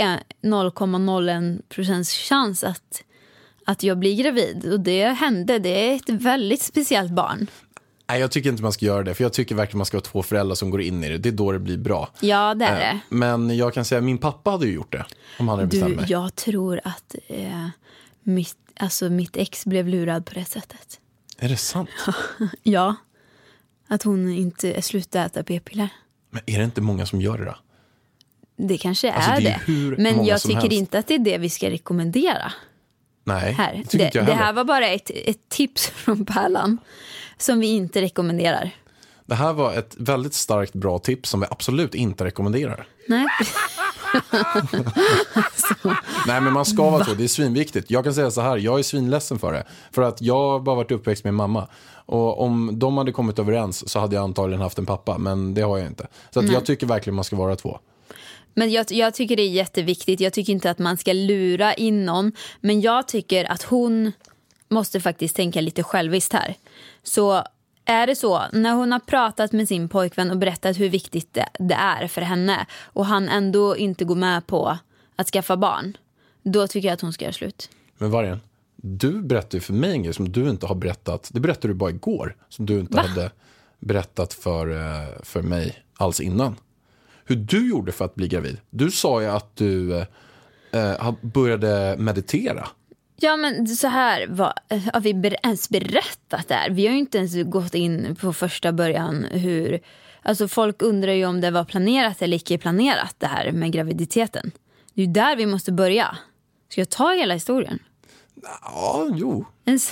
0,01% chans att jag blir gravid. Och det hände, det är ett väldigt speciellt barn. Nej, jag tycker inte man ska göra det. För jag tycker verkligen man ska ha 2 föräldrar som går in i det. Det är då det blir bra. Ja, det är det. Men jag kan säga att min pappa hade ju gjort det. Om han hade bestämt mig. Jag tror att mitt ex blev lurad på det sättet. Är det sant? Ja. Att hon inte slutar äta p-piller. Men är det inte många som gör det då? Det kanske är det. Men jag tycker inte att det är det vi ska rekommendera. Nej, här. Det här var bara ett tips från Pärlan som vi inte rekommenderar. Det här var ett väldigt starkt bra tips som vi absolut inte rekommenderar. Nej. Nej, men man ska vara så. Det är svinviktigt. Jag kan säga så här, jag är svinledsen för det. För att jag har bara varit uppväxt med mamma. Och om de hade kommit överens så hade jag antagligen haft en pappa. Men det har jag inte. Så att jag tycker verkligen man ska vara 2. Men jag tycker det är jätteviktigt. Jag tycker inte att man ska lura in någon. Men jag tycker att hon måste faktiskt tänka lite själviskt här. Så är det så, när hon har pratat med sin pojkvän och berättat hur viktigt det är för henne och han ändå inte går med på att skaffa barn, då tycker jag att hon ska göra slut. Men Vargen, du berättade ju för mig en grej som du inte har berättat. Det berättade du bara igår, som du inte hade berättat för mig alls innan. Hur du gjorde för att bli gravid. Du sa ju att du började meditera. Ja, men så här har vi ens berättat det här. Vi har ju inte ens gått in på första början hur... Alltså folk undrar ju om det var planerat eller icke planerat det här med graviditeten. Det är ju där vi måste börja. Ska jag ta hela historien? Ja, jo.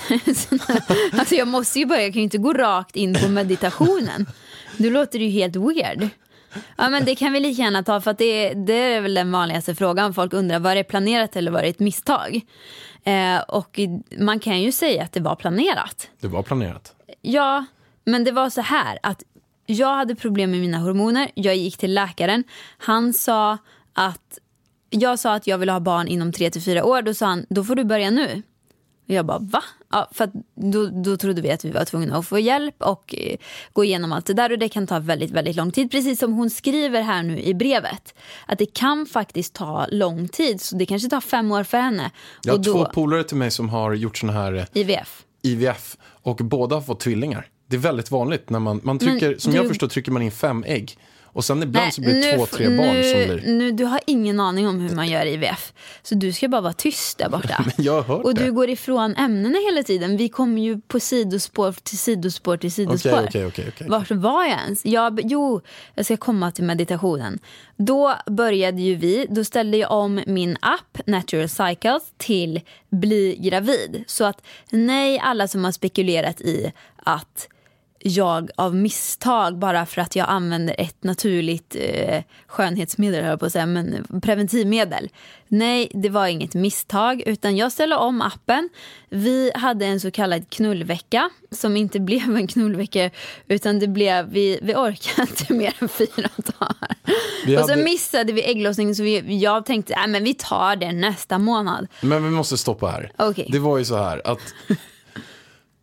Alltså jag måste ju börja, jag kan ju inte gå rakt in på meditationen. Då låter det ju helt weird. Ja, men det kan vi lika gärna ta, för att det är väl den vanligaste frågan. Folk undrar, var det planerat eller var det ett misstag? Och man kan ju säga att det var planerat. Det var planerat. Ja, men det var så här att jag hade problem med mina hormoner. Jag gick till läkaren. Han sa att jag sa att jag ville ha barn inom 3-4 år. Då sa han, då får du börja nu. Och jag bara, va? Ja, för att då trodde vi att vi var tvungna att få hjälp och gå igenom allt det där. Och det kan ta väldigt, väldigt lång tid. Precis som hon skriver här nu i brevet. Att det kan faktiskt ta lång tid. Så det kanske tar 5 år för henne. Jag har 2 polare till mig som har gjort sån här IVF. Och båda har fått tvillingar. Det är väldigt vanligt när man trycker, som jag förstår trycker man in 5 ägg. Och sen ibland så blir det 2-3 barn som blir... Nu, du har ingen aning om hur man gör IVF. Så du ska bara vara tyst där borta. Men jag har hört och det. du går ifrån ämnena hela tiden. Vi kommer ju på sidospår till sidospår till sidospår. Okej. Vart var jag ens? Jag ska komma till meditationen. Då började ju då ställde jag om min app Natural Cycles till bli gravid. Så att nej, alla som har spekulerat i att jag av misstag, bara för att jag använder ett naturligt skönhetsmedel, höll jag på att säga, men preventivmedel. Nej, det var inget misstag, utan jag ställde om appen. Vi hade en så kallad knullvecka som inte blev en knullvecka, utan det blev, vi orkade inte mer än 4 dagar. Och så missade vi ägglossningen, så jag tänkte, men vi tar det nästa månad. Men vi måste stoppa här. Okay. Det var ju så här att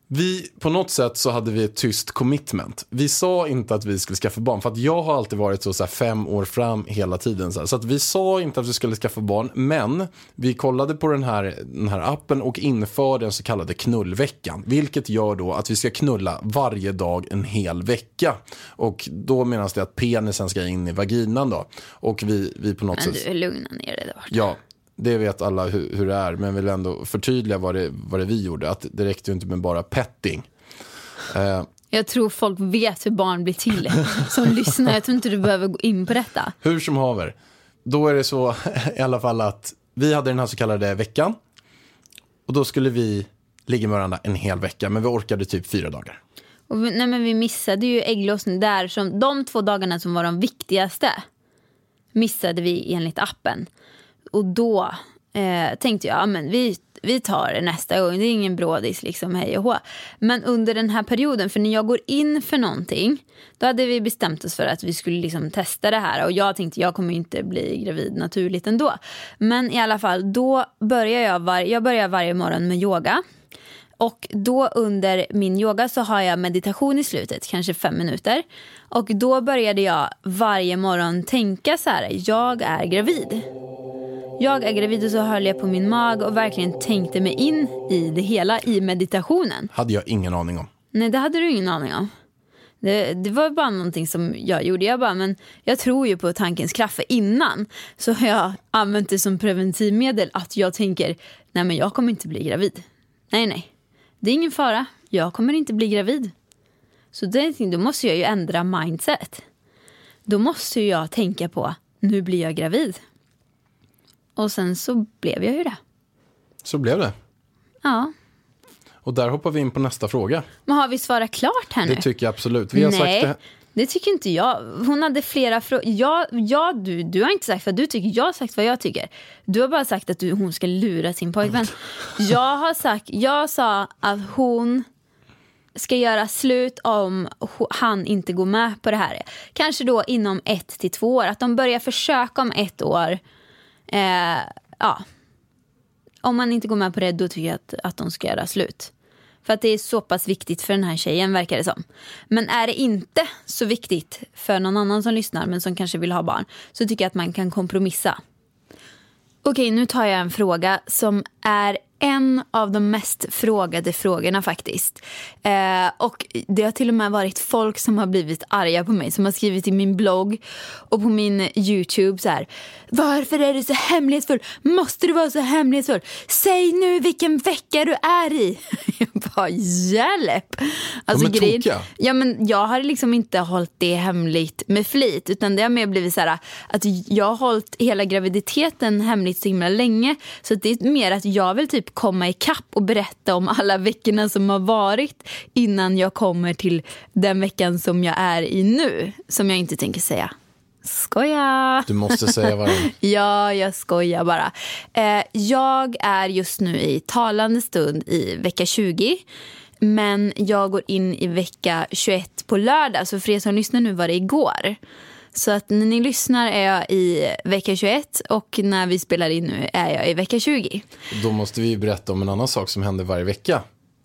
Vi, på något sätt så hade vi ett tyst commitment. Vi sa inte att vi skulle skaffa barn. För att jag har alltid varit så här 5 år fram hela tiden. Så att vi sa inte att vi skulle skaffa barn. Men vi kollade på den här appen och införde den så kallade knullveckan. Vilket gör då att vi ska knulla varje dag en hel vecka. Och då menas det att penisen ska in i vaginan då. Och vi på något sätt... Men du, lugna ner dig då. Ja. Det vet alla hur det är, men vill ändå förtydliga vad det vi gjorde. Att det räckte ju inte med bara petting. Jag tror folk vet hur barn blir till som lyssnar. Jag tror inte du behöver gå in på detta. Hur som haver. Då är det så i alla fall att vi hade den här så kallade veckan. Och då skulle vi ligga med varandra en hel vecka. Men vi orkade typ 4 dagar. Och men vi missade ju ägglossning där. Som de 2 dagarna som var de viktigaste missade vi enligt appen. Och då tänkte jag, men vi tar det nästa gång. Det är ingen brådis liksom, hej och hå. Men under den här perioden, för när jag går in för någonting, då hade vi bestämt oss för att vi skulle liksom testa det här. Och jag tänkte, jag kommer inte bli gravid naturligt ändå. Men i alla fall, då börjar jag börjar varje morgon med yoga. Och då under min yoga så har jag meditation i slutet, kanske 5 minuter. Och då började jag varje morgon tänka så här, jag är gravid. Jag är gravid, och så höll jag på min mag och verkligen tänkte mig in i det hela i meditationen. Hade jag ingen aning om. Nej, det hade du ingen aning om. Det var bara någonting som jag gjorde. Men jag tror ju på tankens kraft. För innan så har jag använt det som preventivmedel. Att jag tänker, nej men jag kommer inte bli gravid. Nej. Det är ingen fara. Jag kommer inte bli gravid. Så då måste jag ju ändra mindset. Då måste jag tänka på, nu blir jag gravid. Och sen så blev jag ju det. Så blev det. Ja. Och där hoppar vi in på nästa fråga. Men har vi svarat klart här nu? Det tycker jag absolut. Vi har Nej, sagt det tycker inte jag. Hon hade flera frågor. Du har inte sagt vad du tycker. Jag har sagt vad jag tycker. Du har bara sagt att hon ska lura sin pojkvän. Jag sa att hon ska göra slut om han inte går med på det här. Kanske då inom 1 till 2 år. Att de börjar försöka om 1 år. Ja. Om man inte går med på det, då tycker jag att de ska göra slut. För att det är så pass viktigt för den här tjejen, verkar det som. Men är det inte så viktigt för någon annan som lyssnar, men som kanske vill ha barn, så tycker jag att man kan kompromissa. Okej, nu tar jag en fråga som är en av de mest frågade frågorna faktiskt. Och det har till och med varit folk som har blivit arga på mig, som har skrivit i min blogg och på min YouTube så här: varför är du så hemlighetsfull? Måste du vara så hemlighetsfull? Säg nu vilken vecka du är i. Jag bara, hjälp. Alltså grejen, ja, men jag har liksom inte hållit det hemligt med flit, utan det har mer blivit så här att jag har hållit hela graviditeten hemligt så himla länge. Så det är mer att jag vill typ komma i kapp och berätta om alla veckorna som har varit innan jag kommer till den veckan som jag är i nu, som jag inte tänker säga. Skoja! Du måste säga vad det. Ja, jag skojar bara. Jag är just nu i talande stund i vecka 20. Men jag går in i vecka 21 på lördag. Så för er som lyssnar nu var det igår. Så att när ni lyssnar är jag i vecka 21. Och när vi spelar in nu är jag i vecka 20. Då måste vi berätta om en annan sak som händer varje vecka.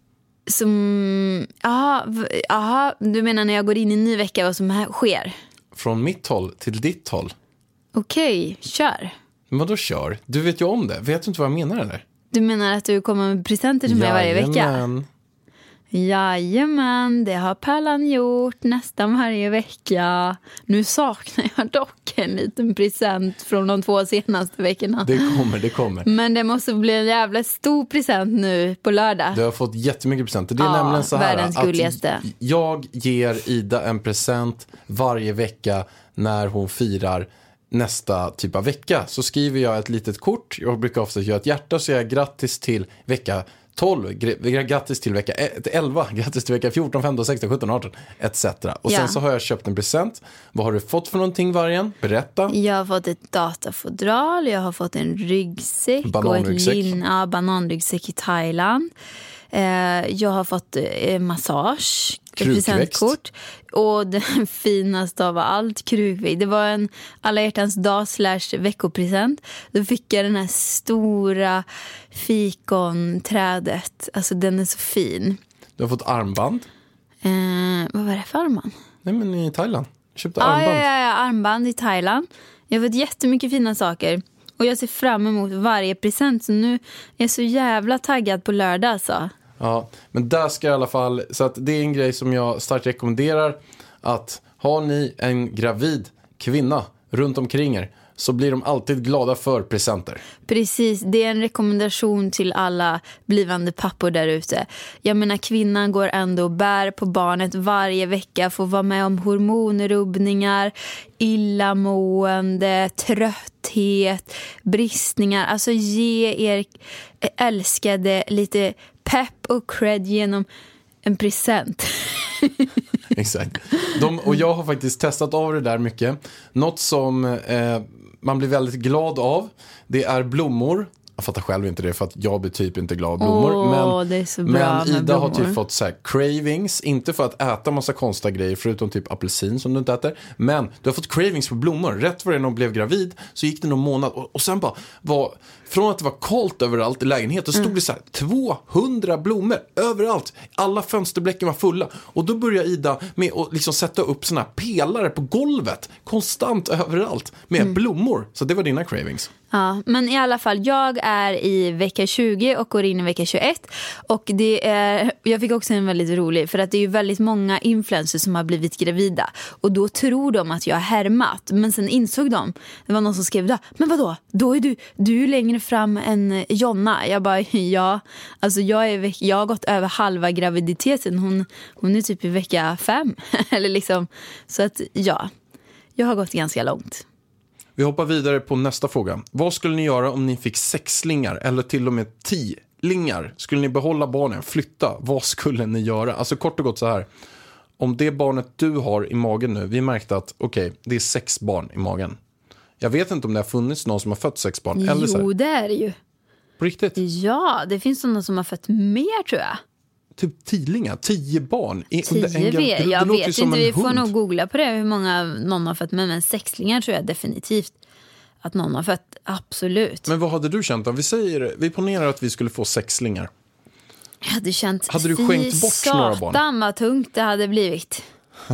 Aha, du menar när jag går in i en ny vecka, vad som sker? Från mitt håll till ditt håll. Okej, kör. Men vadå kör? Du vet ju om det. Vet du inte vad jag menar eller? Du menar att du kommer med presenter till mig varje vecka? Jajamän, det har Pärlan gjort nästan varje vecka. Nu saknar jag dock en liten present från de 2 senaste veckorna. Det kommer. Men det måste bli en jävla stor present nu på lördag. Du har fått jättemycket presenter. Det är nämligen så här världens gulligaste. Att jag ger Ida en present varje vecka när hon firar nästa typ av vecka. Så skriver jag ett litet kort. Jag brukar ofta göra ett hjärta, så jag grattis till vecka 12, grattis till vecka 11, grattis till vecka 14, 15, 16, 17, 18 etc. Och sen så har jag köpt en present. Vad har du fått för någonting, Vargen? Berätta. Jag har fått ett datafodral, jag har fått en ryggsäck. Bananryggsäck. Och bananryggsäck i Thailand. Jag har fått massage, ett presentkort. Och den finaste av allt, krukväxt. Det var en alla hjärtans dag / veckopresent. Då fick jag den här stora fikonträdet. Alltså den är så fin. Du har fått armband. Vad var det för armband? Nej, men i Thailand. Jag köpte armband. Ja, armband i Thailand. Jag har fått jättemycket fina saker. Och jag ser fram emot varje present. Så nu är jag så jävla taggad på lördag alltså. Ja, men där ska jag i alla fall... Så att det är en grej som jag starkt rekommenderar. Att har ni en gravid kvinna runt omkring er, så blir de alltid glada för presenter. Precis, det är en rekommendation till alla blivande pappor där ute. Jag menar, kvinnan går ändå och bär på barnet varje vecka, får vara med om hormonrubbningar, illamående, trötthet, bristningar. Alltså ge er älskade lite pepp och cred genom en present. Exakt. Och jag har faktiskt testat av det där mycket. Något som man blir väldigt glad av, det är blommor. Jag fattar själv inte det, för att jag blir typ inte glad av blommor. Det är så bra men Ida blommor. har typ fått så här cravings, inte för att äta massa konstiga grejer förutom typ apelsin som du inte äter, men du har fått cravings på blommor. Rätt vad det när hon blev gravid så gick det någon månad och sen bara var, från att det var kallt överallt i lägenheten, stod det så här 200 blommor överallt. Alla fönsterbläcken var fulla. Och då började Ida med att liksom sätta upp såna pelare på golvet konstant överallt med blommor. Så det var dina cravings. Ja, men i alla fall, jag är i vecka 20 och går in i vecka 21. Och det är, jag fick också en väldigt rolig, för att det är ju väldigt många influencers som har blivit gravida. Och då tror de att jag har härmat. Men sen insåg de, det var någon som skrev, men vadå? Då är du är längre fram än Jonna. Jag bara, ja. Alltså jag har gått över halva graviditeten. Hon är typ i vecka 5. Eller liksom, så att ja, jag har gått ganska långt. Vi hoppar vidare på nästa fråga. Vad skulle ni göra om ni fick sexlingar eller till och med 10-lingar? Skulle ni behålla barnen, flytta? Vad skulle ni göra? Alltså kort och gott så här. Om det barnet du har i magen nu, vi märkte att okej, det är 6 barn i magen. Jag vet inte om det har funnits någon som har fött 6 barn. Eller så här. Jo, det är det ju. På riktigt? Ja, det finns sådana som har fött mer, tror jag. Typ 10 barn. 10 vet jag vet inte, vi får nog googla på det hur många någon har fött med, men 6-lingar tror jag definitivt att någon har fött, absolut. Men vad hade du känt då? Vi ponerar att vi skulle få 6-lingar. Jag hade känt, hade du skänkt bort några barn? Satan vad tungt det hade blivit.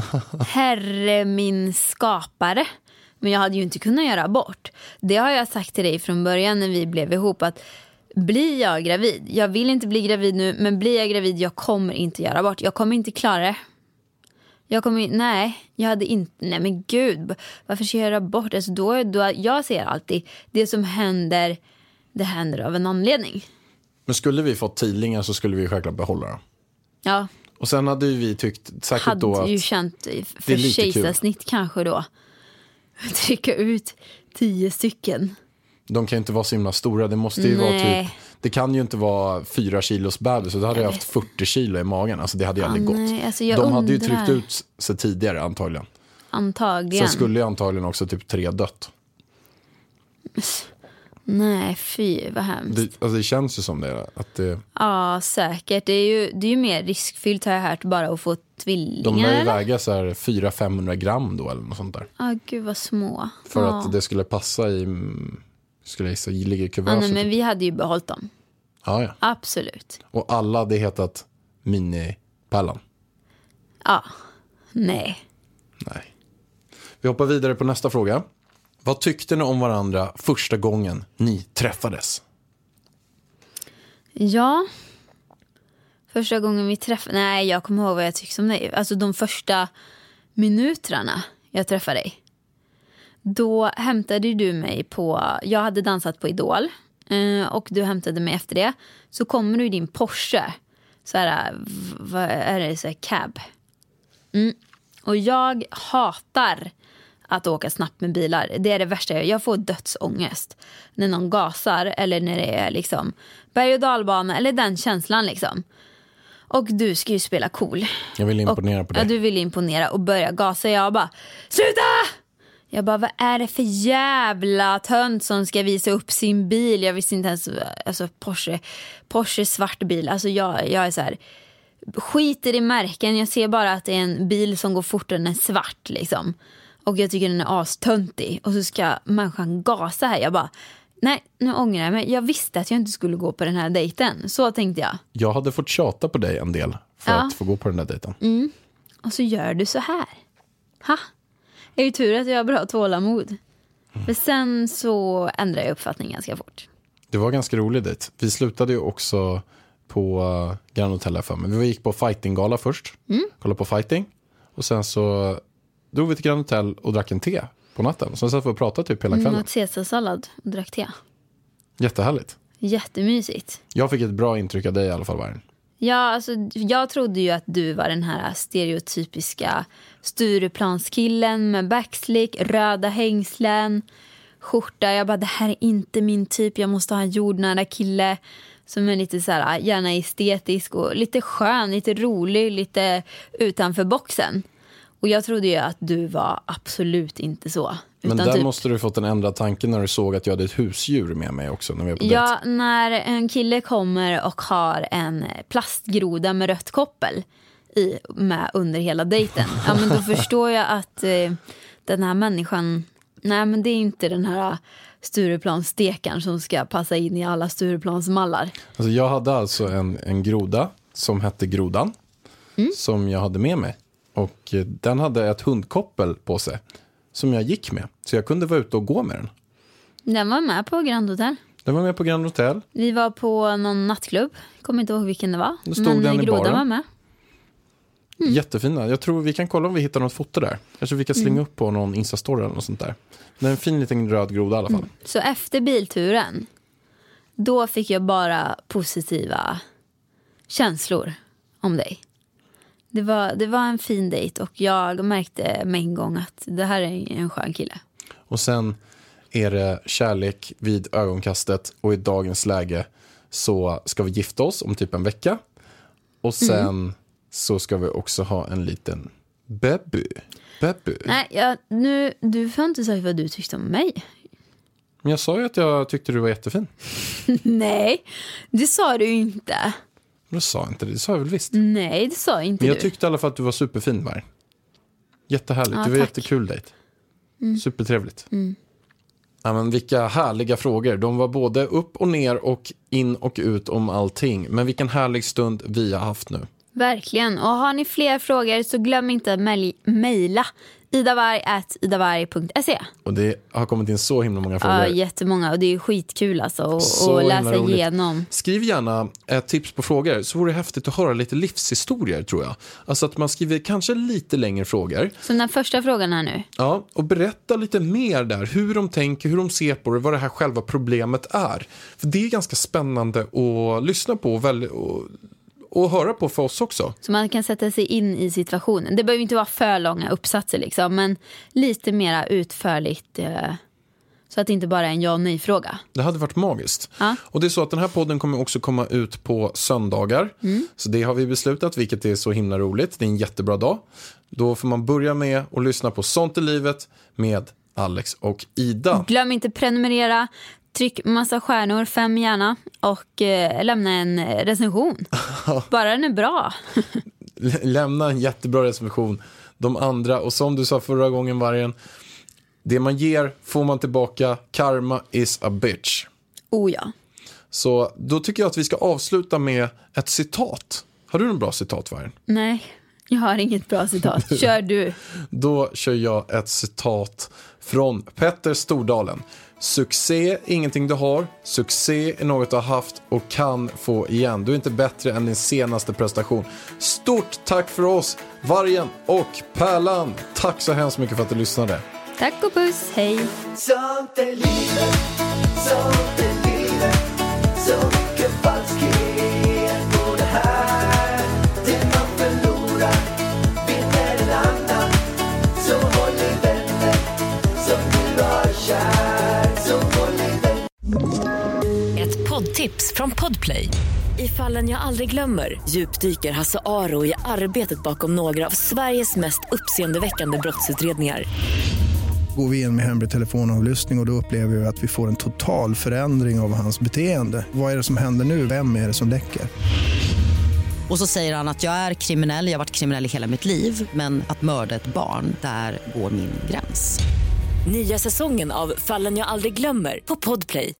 Herre min skapare. Men jag hade ju inte kunnat göra abort. Det har jag sagt till dig från början när vi blev ihop, att blir jag gravid, jag vill inte bli gravid nu, men blir jag gravid, jag kommer inte göra abort. Jag kommer inte klara det. Nej men gud, varför ska jag göra abort? Alltså då jag ser alltid, det som händer, det händer av en anledning. Men skulle vi fått 10-lingar så skulle vi självklart behålla dem. Ja. Och sen hade vi tyckt säkert hade då att hade ju känt för kejsarsnitt kanske då. Trycka ut 10 stycken. De kan ju inte vara så himla stora. Det måste ju vara typ, det kan ju inte vara 4 kilos bebis. Så då hade jag haft 40 kilo i magen. Alltså det hade ju aldrig gått. Alltså de hade ju tryckt ut sig tidigare antagligen. Antagligen. Sen skulle ju antagligen också typ 3 dött. Nej, fy, vad hemskt. Det känns ju som det. Att det... Ja, säkert. Det är ju mer riskfyllt, har jag hört, bara att få tvillingar. De lär ju väga så här 400-500 gram då eller något sånt där. Ja, gud vad små. För att det skulle passa i... Skulle jag säga, ligga i kuvöset. Nej, men vi hade ju behållit dem. Ja. Absolut. Och alla hade hetat Mini-Pallan. Ja. Nej. Vi hoppar vidare på nästa fråga. Vad tyckte ni om varandra första gången ni träffades? Ja. Första gången vi träffades... Nej, jag kommer ihåg vad jag tyckte om dig. Alltså de första minuterna jag träffade dig. Då hämtade du mig på... Jag hade dansat på Idol. Och du hämtade mig efter det. Så kommer du i din Porsche. Så här, vad är det? Så här, cab. Och jag hatar att åka snabbt med bilar. Det är det värsta jag gör. Jag får dödsångest när någon gasar eller när det är liksom berg- och dalbana eller den känslan liksom. Och du ska ju spela cool. Jag vill imponera på dig. Ja, du vill imponera och börja gasa. Jag bara, sluta! Jag bara, vad är det för jävla tönt som ska visa upp sin bil? Jag visste inte ens, alltså Porsche svart bil. Alltså jag är så här, skiter i märken. Jag ser bara att det är en bil som går fortare än en svart liksom. Och jag tycker den är astöntig. Och så ska människan gasa här. Jag bara, nej, nu ångrar jag mig. Jag visste att jag inte skulle gå på den här dejten. Så tänkte jag. Jag hade fått tjata på dig en del. för att få gå på den där dejten. Och så gör du så här. Ha! Det är ju tur att jag har bra tålamod. För sen så ändrar jag uppfattning ganska fort. Det var ganska rolig dejt. Vi slutade ju också på Grand Hotel för mig. Vi gick på fightinggala först. Kollade på fighting. Och sen så drog vi till Grand Hotel och drack en te på natten. Sen satt vi och pratade typ hela kvällen. Åt caesarsallad och drack te. Jättehärligt. Jättemysigt. Jag fick ett bra intryck av dig i alla fall, Vargen. Ja, alltså, jag trodde ju att du var den här stereotypiska Stureplanskillen med backslick, röda hängslen, skjorta. Jag bara, det här är inte min typ. Jag måste ha en jordnära kille som är lite så här, gärna estetisk och lite skön, lite rolig, lite utanför boxen. Och jag trodde ju att du var absolut inte så. Men där måste du fått en ändrad tanke när du såg att jag hade ett husdjur med mig också när vi var på dejt. När en kille kommer och har en plastgroda med rött koppel med under hela dejten. Ja, men då förstår jag att den här människan, nej men det är inte den här Stureplanstekaren som ska passa in i alla Stureplansmallar. Alltså jag hade alltså en groda som hette Grodan som jag hade med mig. Och den hade ett hundkoppel på sig som jag gick med. Så jag kunde vara ute och gå med den. Den var med på Grand Hotel. Den var med på Grand Hotel. Vi var på någon nattklubb. Kommer inte ihåg vilken det var. Då stod den i baren. Var med. Jättefina. Jag tror vi kan kolla om vi hittar något foto där. Kanske vi kan slänga upp på någon Insta-story eller något sånt där. Det är en fin liten röd groda i alla fall. Så efter bilturen, då fick jag bara positiva känslor om dig. Det var en fin dejt och jag märkte med en gång att det här är en skön kille. Och sen är det kärlek vid ögonkastet och i dagens läge så ska vi gifta oss om typ en vecka. Och sen så ska vi också ha en liten baby. Nej, du får inte säga vad du tyckte om mig. Men jag sa ju att jag tyckte du var jättefin. Nej, det sa du inte. Du sa inte det, det sa jag väl visst. Nej, det sa inte du. Men jag tyckte i alla fall att du var superfin, Var. Jättehärligt, ja, det var tack. Jättekul dejt. Supertrevligt. Ja, men vilka härliga frågor. De var både upp och ner och in och ut om allting. Men vilken härlig stund vi har haft nu. Verkligen. Och har ni fler frågor så glöm inte att mejla idavarg@idavarg.se. Och det har kommit in så himla många frågor. Ja, jättemånga. Och det är skitkul alltså att läsa igenom. Skriv gärna ett tips på frågor. Så vore det häftigt att höra lite livshistorier, tror jag. Alltså att man skriver kanske lite längre frågor. Så den första frågan här nu. Ja, och berätta lite mer där. Hur de tänker, hur de ser på det. Vad det här själva problemet är. För det är ganska spännande att lyssna på och höra på för oss också. Så man kan sätta sig in i situationen. Det behöver inte vara för långa uppsatser liksom, men lite mera utförligt så att det inte bara är en ja- och nej-fråga. Det hade varit magiskt. Ja. Och det är så att den här podden kommer också komma ut på söndagar. Så det har vi beslutat, vilket är så himla roligt. Det är en jättebra dag. Då får man börja med att lyssna på Sånt i livet med Alex och Ida. Glöm inte prenumerera. Tryck massa stjärnor, 5 gärna. Och lämna en recension. Bara den är bra. Lämna en jättebra recension. De andra, och som du sa förra gången, Vargen, det man ger får man tillbaka. Karma is a bitch. Oh ja. Så då tycker jag att vi ska avsluta med ett citat. Har du en bra citat, Vargen? Nej, jag har inget bra citat. Kör du. Då kör jag ett citat från Petter Stordalen. Succé är ingenting du har. Succé är något du har haft och kan få igen. Du är inte bättre än din senaste prestation. Stort tack för oss, Vargen och Pärlan. Tack så hemskt mycket för att du lyssnade. Tack och puss, hej. Sånt är livet, sånt är livet. Så mycket falskhet på det här. Det man förlorar vinner en annan. Så håll i vänner som du har kär. Så håll i vänner. Ett poddtips från Podplay. I Fallen jag aldrig glömmer djupdyker Hasse Aro i arbetet bakom några av Sveriges mest uppseendeväckande brottsutredningar. Går vi in med hemlig telefonavlyssning och då upplever vi att vi får en total förändring av hans beteende. Vad är det som händer nu? Vem är det som läcker? Och så säger han att jag är kriminell, jag har varit kriminell i hela mitt liv. Men att mörda ett barn, där går min gräns. Nya säsongen av Fallen jag aldrig glömmer på Podplay.